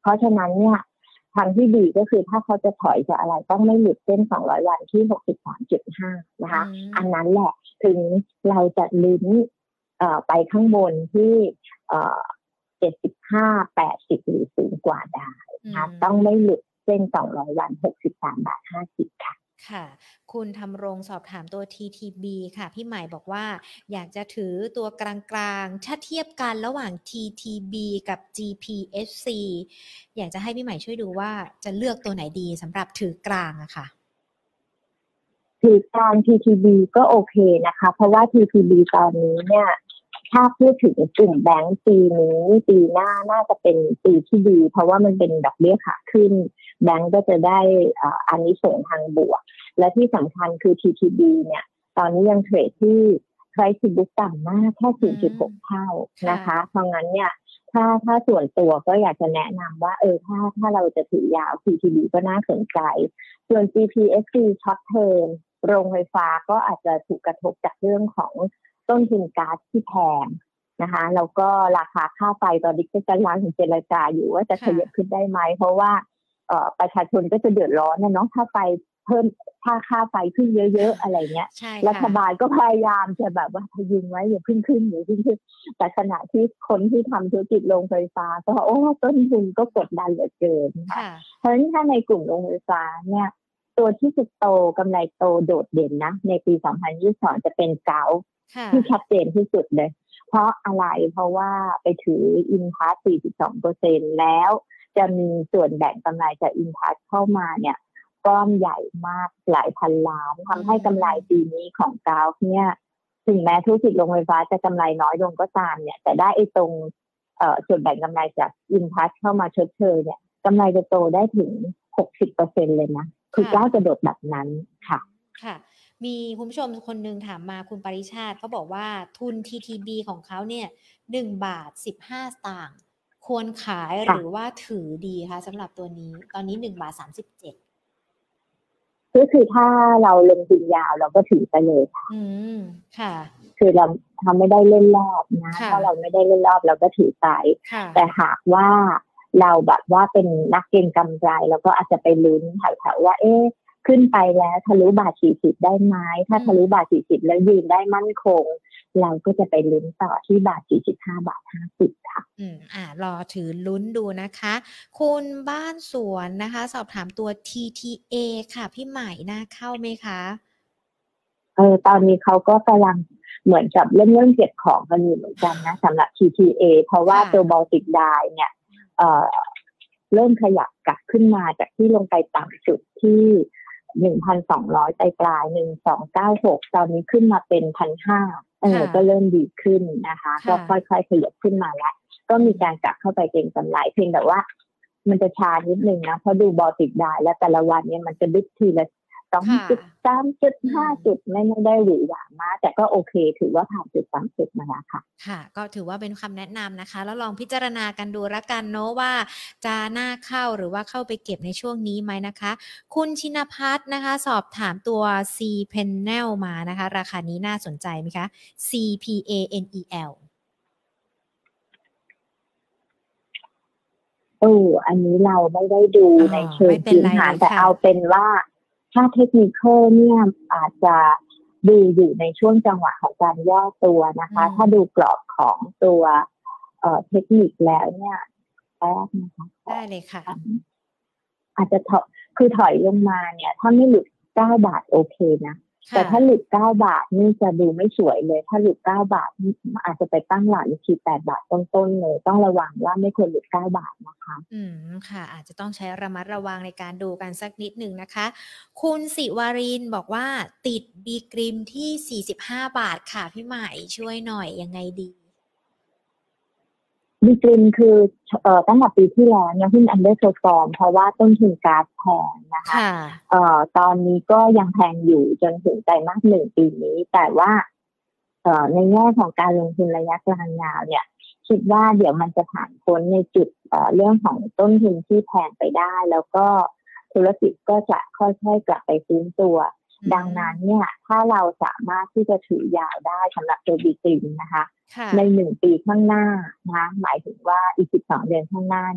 ราะฉะนั้นเนี่ยทางที่ดีก็คือถ้าเขาจะถอยจะอะไรต้องไม่หลุดเส้นสองร้อยวันที่ หกสิบสามจุดห้า นะคะอันนั้นแหละถึงเราจะลุ้นเอ่อไปข้างบนที่เอ่อเจ็ดสิบห้า แปดสิบหรือสูงกว่าได้นะคะต้องไม่หลุดเส้นสองร้อยวัน หกสิบสามบาทห้าสิบค่ะค่ะคุณทำรงสอบถามตัว ที ที บี ค่ะพี่ใหม่บอกว่าอยากจะถือตัวกลางๆถ้าเทียบกันระหว่าง ที ที บี กับ จี พี เอส ซี อยากจะให้พี่ใหม่ช่วยดูว่าจะเลือกตัวไหนดีสำหรับถือกลางอะค่ะถือกลาง ที ที บี ก็โอเคนะคะเพราะว่า ที ที บี ตอนนี้เนี่ยถ้าพูดถึงกลุ่มแบงก์ปีนี้ปีหน้าน่าจะเป็นปีที่ดีเพราะว่ามันเป็นดอกเบี้ยขาขึ้นแบงก์ก็จะได้อานิสงส์ทางบวกและที่สำคัญคือ ที ที บี เนี่ยตอนนี้ยังเทรดที่ price to book ต่ำมากแค่ ศูนย์จุดหก เท่านะคะเพราะงั้นเนี่ยถ้าถ้าส่วนตัวก็อยากจะแนะนำว่าเออถ้าถ้าเราจะถือยาว ที ที บี ก็น่าสนใจส่วน จี พี เอส ซี ช็อตเทอมโรงไฟฟ้าก็อาจจะถูกกระทบจากเรื่องของต้นทุนก๊าซที่แพงนะคะแล้วก็ราคาค่าไฟตอนนี้ก็กำลังเจรจาอยู่ว่าจะขยับขึ้นได้ไหมเพราะว่าเอ่อประชาชนก็จะเดือดร้อนนะเนาะถ้าไฟเพิ่มถ้าค่าไฟขึ้นเยอะๆอะไรเงี้ยรัฐบาลก็พยายามจะแบบว่าพยุงไว้อย่าขึ้นขึ้นอย่าขึ้นขึ้นแต่ขณะที่คนที่ทำธุรกิจโรงไฟฟ้าก็โอ้ต้นทุนก็กดดันเหลือเกินค่ะเพราะฉะนั้นถ้าในกลุ่มโรงไฟฟ้าเนี่ยตัวที่จะโตกำไรโตโดดเด่นนะในปีสองพันยี่สิบสองจะเป็นเกาที่ชัดเจนที่สุดเลยเพราะอะไรเพราะว่าไปถืออินทัส สี่สิบสองเปอร์เซ็นต์ แล้วจะมีส่วนแบ่งกำไรจากอินทัสเข้ามาเนี่ยก้อนใหญ่มากหลายพันล้านทำให้กำไรปีนี้ของเกาเนี่ยถึงแม้ธุรกิจโรงไฟฟ้าจะกำไรน้อยลงก็ตามเนี่ยแต่ได้ไอ้ตรงเอ่อส่วนแบ่งกำไรจากอินทัสเข้ามาชดเชยเนี่ยกำไรจะโตได้ถึง หกสิบเปอร์เซ็นต์ เลยนะคือเกาจะโดดแบบนั้นค่ะค่ะมีคุณผู้ชมคนนึงถามมาคุณปริชาติเขาบอกว่าทุน ที ที บี ของเขาเนี่ยหนึ่งบาทสิบห้าสตางค์ควรขายหรือว่าถือดีคะสำหรับตัวนี้ตอนนี้หนึ่งบาทสามสิบเจ็ดก็คือถ้าเราลงทุนยาวเราก็ถือไปเลยค่ะอืมค่ะคือเราทำไม่ได้เล่นรอบนะถ้าเราไม่ได้เล่นรอบเราก็ถือไปแต่หากว่าเราแบบว่าเป็นนักเก็งกำไรเราก็อาจจะไปลุ้นแถวๆว่าเอ๊ะขึ้นไปแล้วทะลุบาทสี่สิบได้ไหมถ้าทะลุบาทสี่สิบแล้วยืนได้มั่นคงเราก็จะไปลุ้นต่อที่บาทสี่สิบห้าบาทห้าสิบค่ะอืมอ่ารอถือลุ้นดูนะคะคุณบ้านสวนนะคะสอบถามตัว ที ที เอ ค่ะพี่ใหม่น่าเข้าไหมคะเออตอนนี้เขาก็กำลังเหมือนกับเริ่มเริ่มเก็บของกันอยู่เหมือนกันนะสำหรับ ที ที เอ เพราะว่าตัว Baltic Dye เนี่ยเอ่อเริ่มขยับกลับขึ้นมาจากที่ลงไปต่ำสุดที่ หนึ่งพันสองร้อย ปลายปลายหนึ่งพันสองร้อยเก้าสิบหกตอนนี้ขึ้นมาเป็น หนึ่งพันห้าร้อย เออก็เริ่มดีขึ้นนะคะก็ค่อยๆขยับขึ้นมาแล้วก็มีการกลับเข้าไปเก็งกำไรเพียงแต่ว่ามันจะช้านิดนึงนะเพราะดู Baltic Dye และแต่ละวันเนี่ยมันจะดึกทีละสองจุด สามจุด ห้าจุดไม่ไม่ได้หวือหวามากแต่ก็โอเคถือว่าผ่านจุดสามสิบมาแล้วค่ะค่ะก็ถือว่าเป็นคำแนะนำนะคะแล้วลองพิจารณากันดูละกันเนาะว่าจะน่าเข้าหรือว่าเข้าไปเก็บในช่วงนี้ไหมนะคะคุณชินภัทรนะคะสอบถามตัว C Panel มานะคะราคานี้น่าสนใจไหมคะ C P A N E L เอออันนี้เราไม่ได้ดูในเชิงพื้นฐานแต่เอาเป็นว่าถ้าเทคนิคเนี่ยอาจจะดูอยู่ในช่วงจังหวะของการย่อตัวนะคะถ้าดูกรอบของตัวเอ่อเทคนิคแล้วเนี่ยแป๊บนะคะได้เลยค่ะอาจจะถอยคือถอยลงมาเนี่ยถ้าไม่หลุดเก้าบาทโอเคนะแต่ถ้าหลุดเก้าบาทนี่จะดูไม่สวยเลยถ้าหลุดเก้าบาทอาจจะไปตั้งหลักอีกทีแปดบาทต้นๆเลยต้องระวังว่าไม่ควรหลุดเก้าบาทนะคะอืมค่ะอาจจะต้องใช้ระมัดระวังในการดูกันสักนิดหนึ่งนะคะคุณสิวารินบอกว่าติดบีกริมที่สี่สิบห้าบาทค่ะพี่ใหม่ช่วยหน่อยยังไงดีบีกริมคือเอ่อตั้งแต่ปีที่แล้วเนี่ยหุ้นอันเดอร์เพอร์ฟอร์มเพราะว่าต้นทุนก๊าซแพงนะคะเอ่อตอนนี้ก็ยังแพงอยู่จนถึงไตรมาสหนึ่งปีนี้แต่ว่าเอ่อในแง่ของการลงทุนระยะกลางยาวเนี่ยคิดว่าเดี๋ยวมันจะผ่านพ้นในจุดเอ่อเรื่องของต้นทุนที่แพงไปได้แล้วก็ธุรกิจก็จะค่อยๆกลับไปฟื้นตัวดังนั้นเนี่ยถ้าเราสามารถที่จะถือยาวได้สำหรับตัวบีกริมนะคะในหนึ่งปีข้างหน้านะหมายถึงว่าอีกสิบสองเดือนข้างหน้าเนี่ย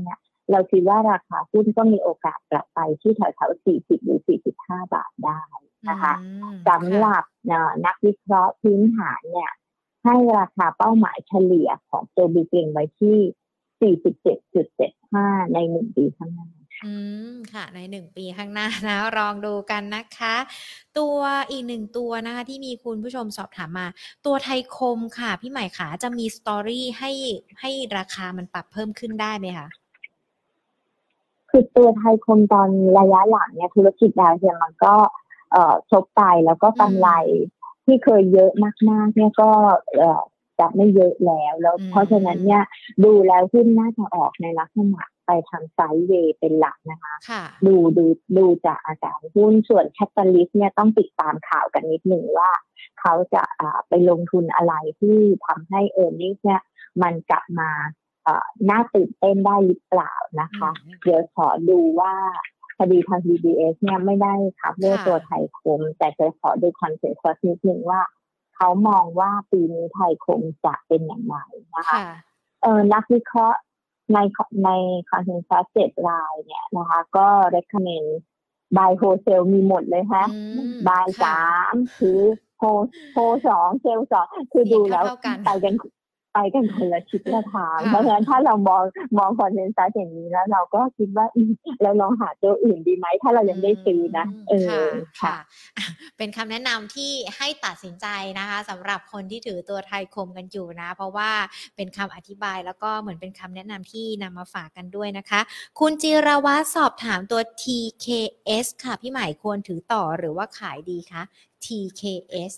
เราคิดว่าราคาหุ้นก็มีโอกาสกลับไปที่แถวๆสี่สิบหรือสี่สิบห้าบาทได้นะคะสำหรับนักวิเคราะห์พื้นฐานเนี่ยให้ราคาเป้าหมายเฉลี่ยของตัวบีเกงไว้ที่ สี่สิบเจ็ดจุดเจ็ดห้า ในหนึ่งปีข้างหน้าอืมค่ะในหนึ่งปีข้างหน้านะลองดูกันนะคะตัวอีกหนึ่งตัวนะคะที่มีคุณผู้ชมสอบถามมาตัวไทยคมค่ะพี่ใหม่ขาจะมีสตอรี่ให้ให้ราคามันปรับเพิ่มขึ้นได้ไหมคะคือตัวไทยคมตอนระยะหลังเนี่ยธุรกิจดาวเทียมมันก็เอ่อชกไปแล้วก็กำไรที่เคยเยอะมากๆเนี่ยก็เอ่อจะไม่เยอะแล้วแล้วเพราะฉะนั้นเนี่ยดูแล้วหุ้นน่าจะออกในลักษณะไปทางไซด์เวย์เป็นหลักนะคะดูดูดูจากอาการหุ้นส่วนแคตตาลิสต์เนี่ยต้องติดตามข่าวกันนิดหนึ่งว่าเขาจะอ่าไปลงทุนอะไรที่ทำให้เออร์เน็งเนี่ยมันกลับมาน่าตื่นเต้นได้หรือเปล่านะคะเดี๋ยวขอดูว่าคดีทาง บี ดี เอส เนี่ยไม่ได้คัฟเวอร์ตัวไทยคมแต่จะขอดูคอนเซ็ปต์นิดนึงว่าเขามองว่าปีนี้ไทยคมจะเป็นอย่างไรนะคะเออนักวิเคราะห์ในในคอนเซ็ปต์เจ็ดรายเนี่ยนะคะก็ recommend buy wholesale มีหมดเลยฮะ buy สามคือโฮโฮสองเซลสองคือดูแล้วไปกันไปกันคนละทิศละทางเพราะฉะนั้นถ้าเรามองมองคอนเซนซัสอย่างนี้แล้วเราก็คิดว่าเราลองหาตัวอื่นดีไหมถ้าเรายังได้ซื้อนะเออค่ะเป็นคำแนะนำที่ให้ตัดสินใจนะคะสำหรับคนที่ถือตัวไทยคมกันอยู่นะเพราะว่าเป็นคำอธิบายแล้วก็เหมือนเป็นคำแนะนำที่นำมาฝากกันด้วยนะคะคุณจิรวัฒน์สอบถามตัว ที เค เอส ค่ะพี่ใหม่ควรถือต่อหรือว่าขายดีคะ ที เค เอส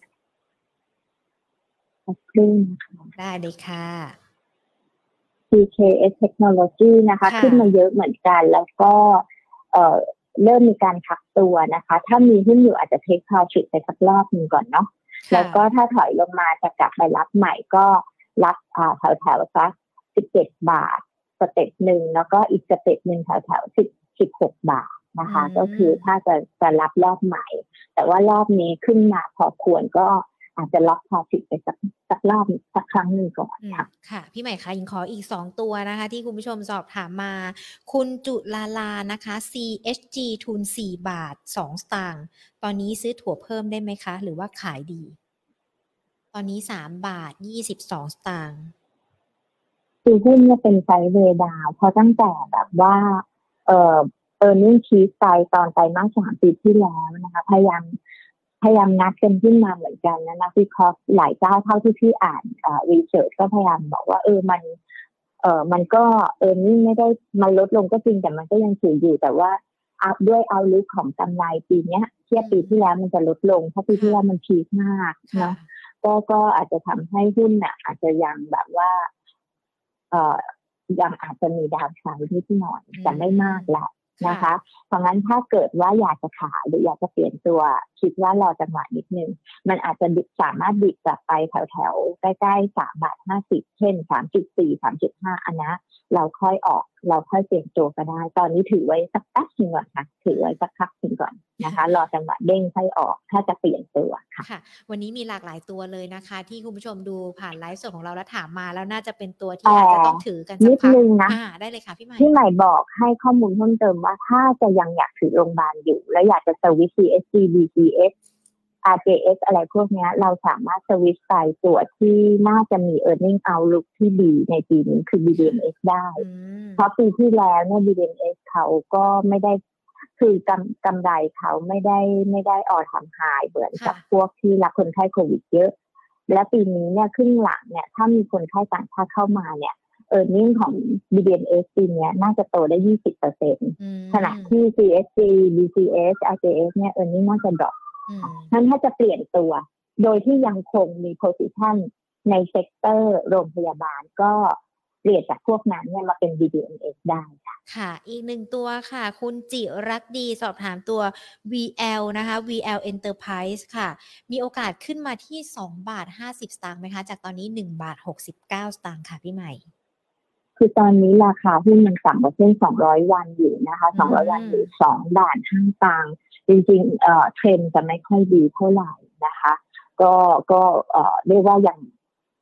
ได้เลยค่ะที เค เอส Technology นะคะขึ้นมาเยอะเหมือนกันแล้วก็เอ่อเริ่มมีการขับตัวนะคะถ้ามีหุ้นอยู่อาจจะ take profit ไปสักรอบนึงก่อนเนาะแล้วก็ถ้าถอยลงมาจะกลับไปรับใหม่ก็รับอ่าแถวๆสักสิบเจ็ดบาทสเต็ปนึงแล้วก็อีกสเต็ปนึงแถวๆสิบ สิบหกบาทนะคะก็คือถ้าจะจะรับรอบใหม่แต่ว่ารอบนี้ขึ้นมาพอควรก็อาจจะล็อกพอฟิตไปสักสักรอบสักครั้งหนึ่งก่อนค่ะค่ะพี่ใหม่คะยิงขออีกสองตัวนะคะที่คุณผู้ชมสอบถามมาคุณจุลาลานะคะ ซี เอช จี ทุนสี่บาทสองสตางค์ตอนนี้ซื้อถั่วเพิ่มได้ไหมคะหรือว่าขายดีตอนนี้สามบาทยี่สิบสองสตางค์คือหุ้นเนี่ยเป็นไซด์เวย์ดาวเพราะตั้งแต่แบบว่าเอ่อเออร์เน็งชีสไปตอนไตรมาสสามปีที่แล้วนะคะพยายามพยายามนัดกันขึ้นมาเหมือนกันนะนักวิเคราะห์หลายเจ้าเท่าที่พี่อ่านอ่ารีเสิร์ชก็พยายามบอกว่าเออมันเออมันก็เออนี่ไม่ได้มันลดลงก็จริงแต่มันก็ยังถืออยู่แต่ว่าอัพด้วยเอาลุกของกำไรปีนี้เทียบปีที่แล้วมันจะลดลงเพราะปีที่แล้วมันพีคมากเนาะก็ก็อาจจะทำให้หุ้นน่ะอาจจะยังแบบว่าเออยังอาจจะมีดาวไซด์นิดหน่อยแต่ไม่มากแหละนะคะเพราะงั้นถ้าเกิดว่าอยากจะขายหรืออยากจะเปลี่ยนตัวคิดว่ารอจังหวะนิดนึงมันอาจจะดิบสามารถดิบกลับไปแถวๆใกล้ๆสามบาทห้าสิบเช่น สามจุดสี่ สามจุดห้า อันนะเราค่อยออกเราค่อยเปลี่ยนตัวก็ได้ตอนนี้ถือไว้สักแป๊บนึงก่อนค่ะถือไว้สักพักนึงก่อนนะคะรอจังหวะเด้งค่อยออกถ้าจะเปลี่ยนตัวค่ะค่ะวันนี้มีหลากหลายตัวเลยนะคะที่คุณผู้ชมดูผ่านไลฟ์สดของเราแล้วถามมาแล้วน่าจะเป็นตัวที่อาจจะต้องถือกันสักพักนะได้เลยค่ะพี่ใหม่พี่ใหม่บอกให้ข้อมูลเพิ่มเติมว่าถ้าจะยังอยากถือโรงพยาบาลอยู่แล้วอยากจะสวิตช์ ซี เอส จี บี ซี เอส อาร์ เจ เอส อะไรพวกนี้เราสามารถสวิตช์ไปตัวที่น่าจะมี earning outlook ที่ดีในปีนี้คือ บี ดี เอ็ม เอส ได้เพราะปีที่แล้วเนี่ย บี ดี เอ็ม เอส เขาก็ไม่ได้คือกำกำไรเขาไม่ได้ไม่ได้ออทำหายเหมือนกับพวกที่รับคนไข้โควิดเยอะและปีนี้เนี่ยครึ่งหลังเนี่ยถ้ามีคนไข้ต่างชาติเข้ามาเนี่ยเออร์เน็งของ บี ดี เอ็ม เอส ปีนี้น่าจะโตได้ ยี่สิบเปอร์เซ็นต์ ขณะที่ ซี เอส จี บี ซี เอส อาร์ เจ เอส เนี่ยเออร์เน็งน่าจะดรอปนั้นถ้าจะเปลี่ยนตัวโดยที่ยังคงมี position ในเซกเตอร์โรงพยาบาลก็เปลี่ยนจากพวกนั้นเนี่ยมาเป็น บี ดี เอ็ม เอส ได้ค่ะค่ะอีกหนึ่งตัวค่ะคุณจิรักดีสอบถามตัว วี แอล นะคะ วี แอล Enterprise ค่ะมีโอกาสขึ้นมาที่สองบาทห้าสิบสตางค์ไหมคะจากตอนนี้หนึ่งบาทหกสิบเก้าสตางค์ค่ะพี่ใหม่คือตอนนี้ราคาหุ้นมันต่ำกว่าเส้นสองร้อยวันอยู่นะคะสองร้อยวันอยู่สองบาทห้าสตางค์จริงๆเอ่อเทรนด์จะไม่ค่อยดีเท่าไหร่นะคะก็ก็เอ่อเรียกว่ายัง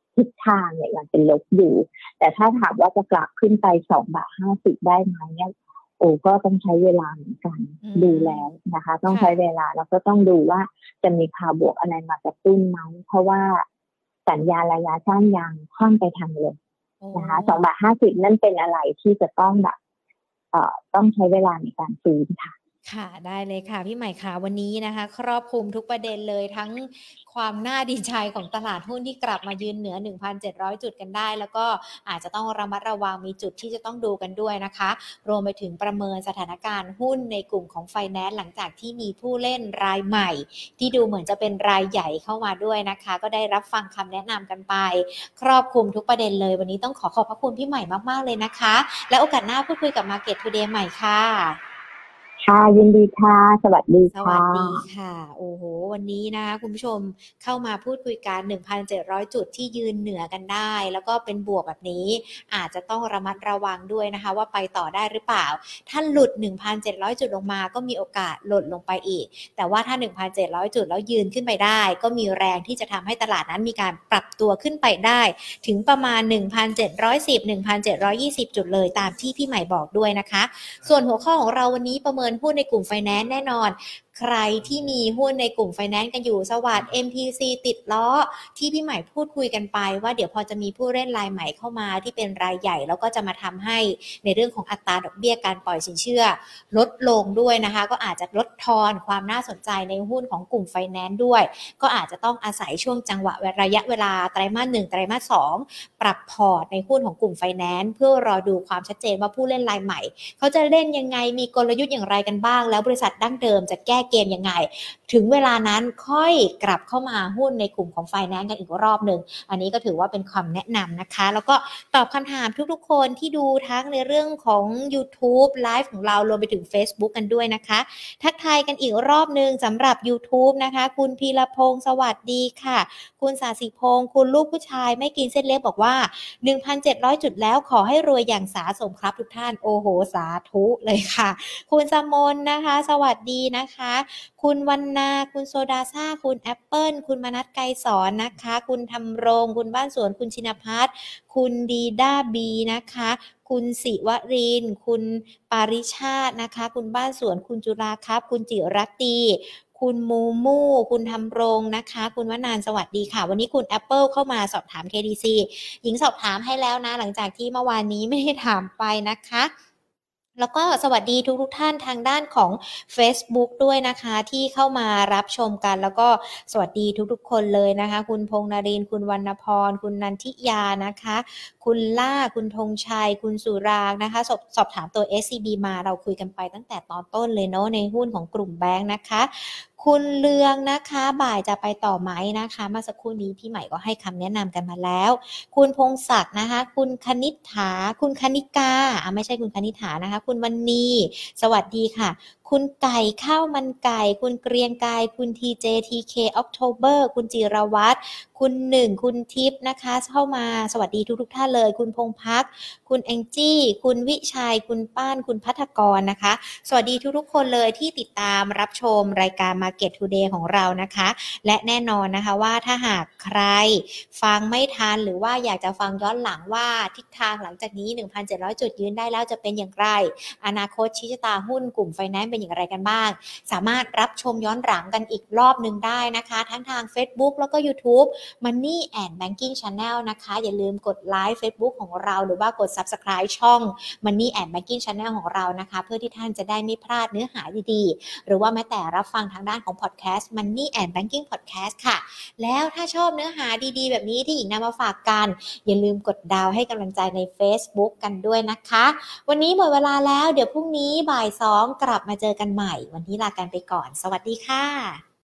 ทิศทางเนี่ยยังเป็นลบอยู่แต่ถ้าถามว่าจะกลับขึ้นไปสองบาทห้าสิบได้ไหมเนี่ยโอ้ก็ต้องใช้เวลาเหมือนกันดูแล้วนะคะต้องใช้เวลาแล้วก็ต้องดูว่าจะมีข่าวบวกอะไรมากระตุ้นไหมเพราะว่าสัญญาณระยะสั้นยังค่อนไปทางลบนะคะสองบาทห้าสิบนั่นเป็นอะไรที่จะต้องแบบเอ่อต้องใช้เวลาในการซื้อค่ะค่ะได้เลยค่ะพี่ใหม่ค่ะวันนี้นะคะครอบคลุมทุกประเด็นเลยทั้งความน่าดีใจของตลาดหุ้นที่กลับมายืนเหนือ หนึ่งพันเจ็ดร้อย จุดกันได้แล้วก็อาจจะต้องระมัดระวังมีจุดที่จะต้องดูกันด้วยนะคะรวมไปถึงประเมินสถานการณ์หุ้นในกลุ่มของไฟแนนซ์หลังจากที่มีผู้เล่นรายใหม่ที่ดูเหมือนจะเป็นรายใหญ่เข้ามาด้วยนะคะก็ได้รับฟังคำแนะนำกันไปครอบคลุมทุกประเด็นเลยวันนี้ต้องขอขอบพระคุณพี่ใหม่มากๆเลยนะคะและโอกาสหน้าพูดคุยกับ Market Today ใหม่ค่ะค่ะยินดีค่ะสวัสดีสวัสดีค่ะโอ้โหวันนี้นะคะคุณผู้ชมเข้ามาพูดคุยกัน หนึ่งพันเจ็ดร้อย จุดที่ยืนเหนือกันได้แล้วก็เป็นบวกแบบนี้อาจจะต้องระมัดระวังด้วยนะคะว่าไปต่อได้หรือเปล่าถ้าหลุด หนึ่งพันเจ็ดร้อย จุดลงมาก็มีโอกาสหล่นลงไปอีกแต่ว่าถ้า หนึ่งพันเจ็ดร้อย จุดแล้วยืนขึ้นไปได้ก็มีแรงที่จะทำให้ตลาดนั้นมีการปรับตัวขึ้นไปได้ถึงประมาณ หนึ่งพันเจ็ดร้อยสิบ หนึ่งพันเจ็ดร้อยยี่สิบ จุดเลยตามที่พี่ใหม่บอกด้วยนะคะส่วนหัวข้อของเราวันนี้ประเมินหุ้นในกลุ่มไฟแนนซ์แน่นอนใครที่มีหุ้นในกลุ่มไฟแนนซ์กันอยู่สวัสดิ์ เอ็ม พี ซี ติดล้อที่พี่ใหม่พูดคุยกันไปว่าเดี๋ยวพอจะมีผู้เล่นรายใหม่เข้ามาที่เป็นรายใหญ่แล้วก็จะมาทำให้ในเรื่องของอัตราดอกเบี้ยการปล่อยสินเชื่อลดลงด้วยนะคะก็อาจจะลดทอนความน่าสนใจในหุ้นของกลุ่มไฟแนนซ์ด้วยก็อาจจะต้องอาศัยช่วงจังหวะระยะเวลาไตรมาสหนึ่งไตรมาสสองปรับพอร์ตในหุ้นของกลุ่มไฟแนนซ์เพื่อรอดูความชัดเจนว่าผู้เล่นรายใหม่เขาจะเล่นยังไงมีกลยุทธ์อย่างไรกันบ้างแล้วบริษัทดั้งเดิมจะแก้เกมยังไงถึงเวลานั้นค่อยกลับเข้ามาหุ้นในกลุ่มของไฟแนนซ์กันอีกรอบหนึ่งอันนี้ก็ถือว่าเป็นคำแนะนำนะคะแล้วก็ตอบคำถามทุกๆคนที่ดูทั้งในเรื่องของ YouTube ไลฟ์ของเรารวมไปถึง Facebook กันด้วยนะคะทักทายกันอีกรอบหนึ่งสำหรับ YouTube นะคะคุณพีรพงศ์สวัสดีค่ะคุณสาสิพงศ์คุณลูกผู้ชายไม่กินเส้นเล็กบอกว่า หนึ่งพันเจ็ดร้อย จุดแล้วขอให้รวยอย่างสาสมครับทุกท่านโอ้โหสาธุเลยค่ะคุณสมนนะคะสวัสดีนะคะคุณวรรณาคุณโซดาซ่าคุณแอปเปิลคุณมนัสไกรสอนนะคะคุณธำรงคุณบ้านสวนคุณชินภัทรคุณดีด้าบีนะคะคุณศิวรินทร์คุณปาริชาตินะคะคุณบ้านสวนคุณจุฬาครับคุณจิรัตตีคุณมูมูคุณธำรงนะคะคุณวนานสวัสดีค่ะวันนี้คุณ Apple เข้ามาสอบถาม เค ดี ซี หญิงสอบถามให้แล้วนะหลังจากที่เมื่อวานนี้ไม่ได้ถามไปนะคะแล้วก็สวัสดีทุกทุกท่านทางด้านของ Facebook ด้วยนะคะที่เข้ามารับชมกันแล้วก็สวัสดีทุกๆคนเลยนะคะคุณพงษ์นรินทร์คุณวรรณพรคุณนันทิยานะคะคุณล่าคุณธงชัยคุณสุรางนะคะสอบสอบถามตัว เอส ซี บี มาเราคุยกันไปตั้งแต่ตอนต้นเลยเนาะในหุ้นของกลุ่มแบงค์นะคะคุณเลืองนะคะบ่ายจะไปต่อไหมนะคะเมื่อสักครู่นี้พี่ใหม่ก็ให้คำแนะนำกันมาแล้วคุณพงศักดิ์นะคะคุณคณิษฐาคุณคณิกาอ่ะไม่ใช่คุณคณิษฐานะคะคุณวรรณีสวัสดีค่ะคุณไก่ข้าวมันไก่คุณเกรียงไกรคุณ ที เจ ที เค October คุณจิรวัตรคุณหนึ่งคุณทิพย์นะคะเข้ามาสวัสดีทุกทุกท่านเลยคุณพงพักคุณแองจี้คุณวิชัยคุณป้านคุณพัฒกรนะคะสวัสดีทุกทุกคนเลยที่ติดตามรับชมรายการ Market Today ของเรานะคะและแน่นอนนะคะว่าถ้าหากใครฟังไม่ทันหรือว่าอยากจะฟังย้อนหลังว่าทิศทางหลังจากนี้ หนึ่งพันเจ็ดร้อย จุดยืนได้แล้วจะเป็นอย่างไรอนาคตชี้ชะตาหุ้นกลุ่มไฟแนนซ์เป็นอย่างไรกันบ้างสามารถรับชมย้อนหลังกันอีกรอบนึงได้นะคะทั้งทาง Facebook แล้วก็ YouTube Money and Banking Channel นะคะอย่าลืมกดไลค์ Facebook ของเราหรือว่ากด Subscribe ช่อง Money and Banking Channel ของเรานะคะเพื่อที่ท่านจะได้ไม่พลาดเนื้อหาดีๆหรือว่าแม้แต่รับฟังทางด้านของ Podcast Money and Banking Podcast ค่ะแล้วถ้าชอบเนื้อหาดีๆแบบนี้ที่หญิงนำมาฝากกันอย่าลืมกดดาวให้กำลังใจใน Facebook กันด้วยนะคะวันนี้หมดเวลาแล้วเดี๋ยวพรุ่งนี้บ่ายสองกลับมาเจอกันใหม่วันนี้ลากันไปก่อนสวัสดีค่ะ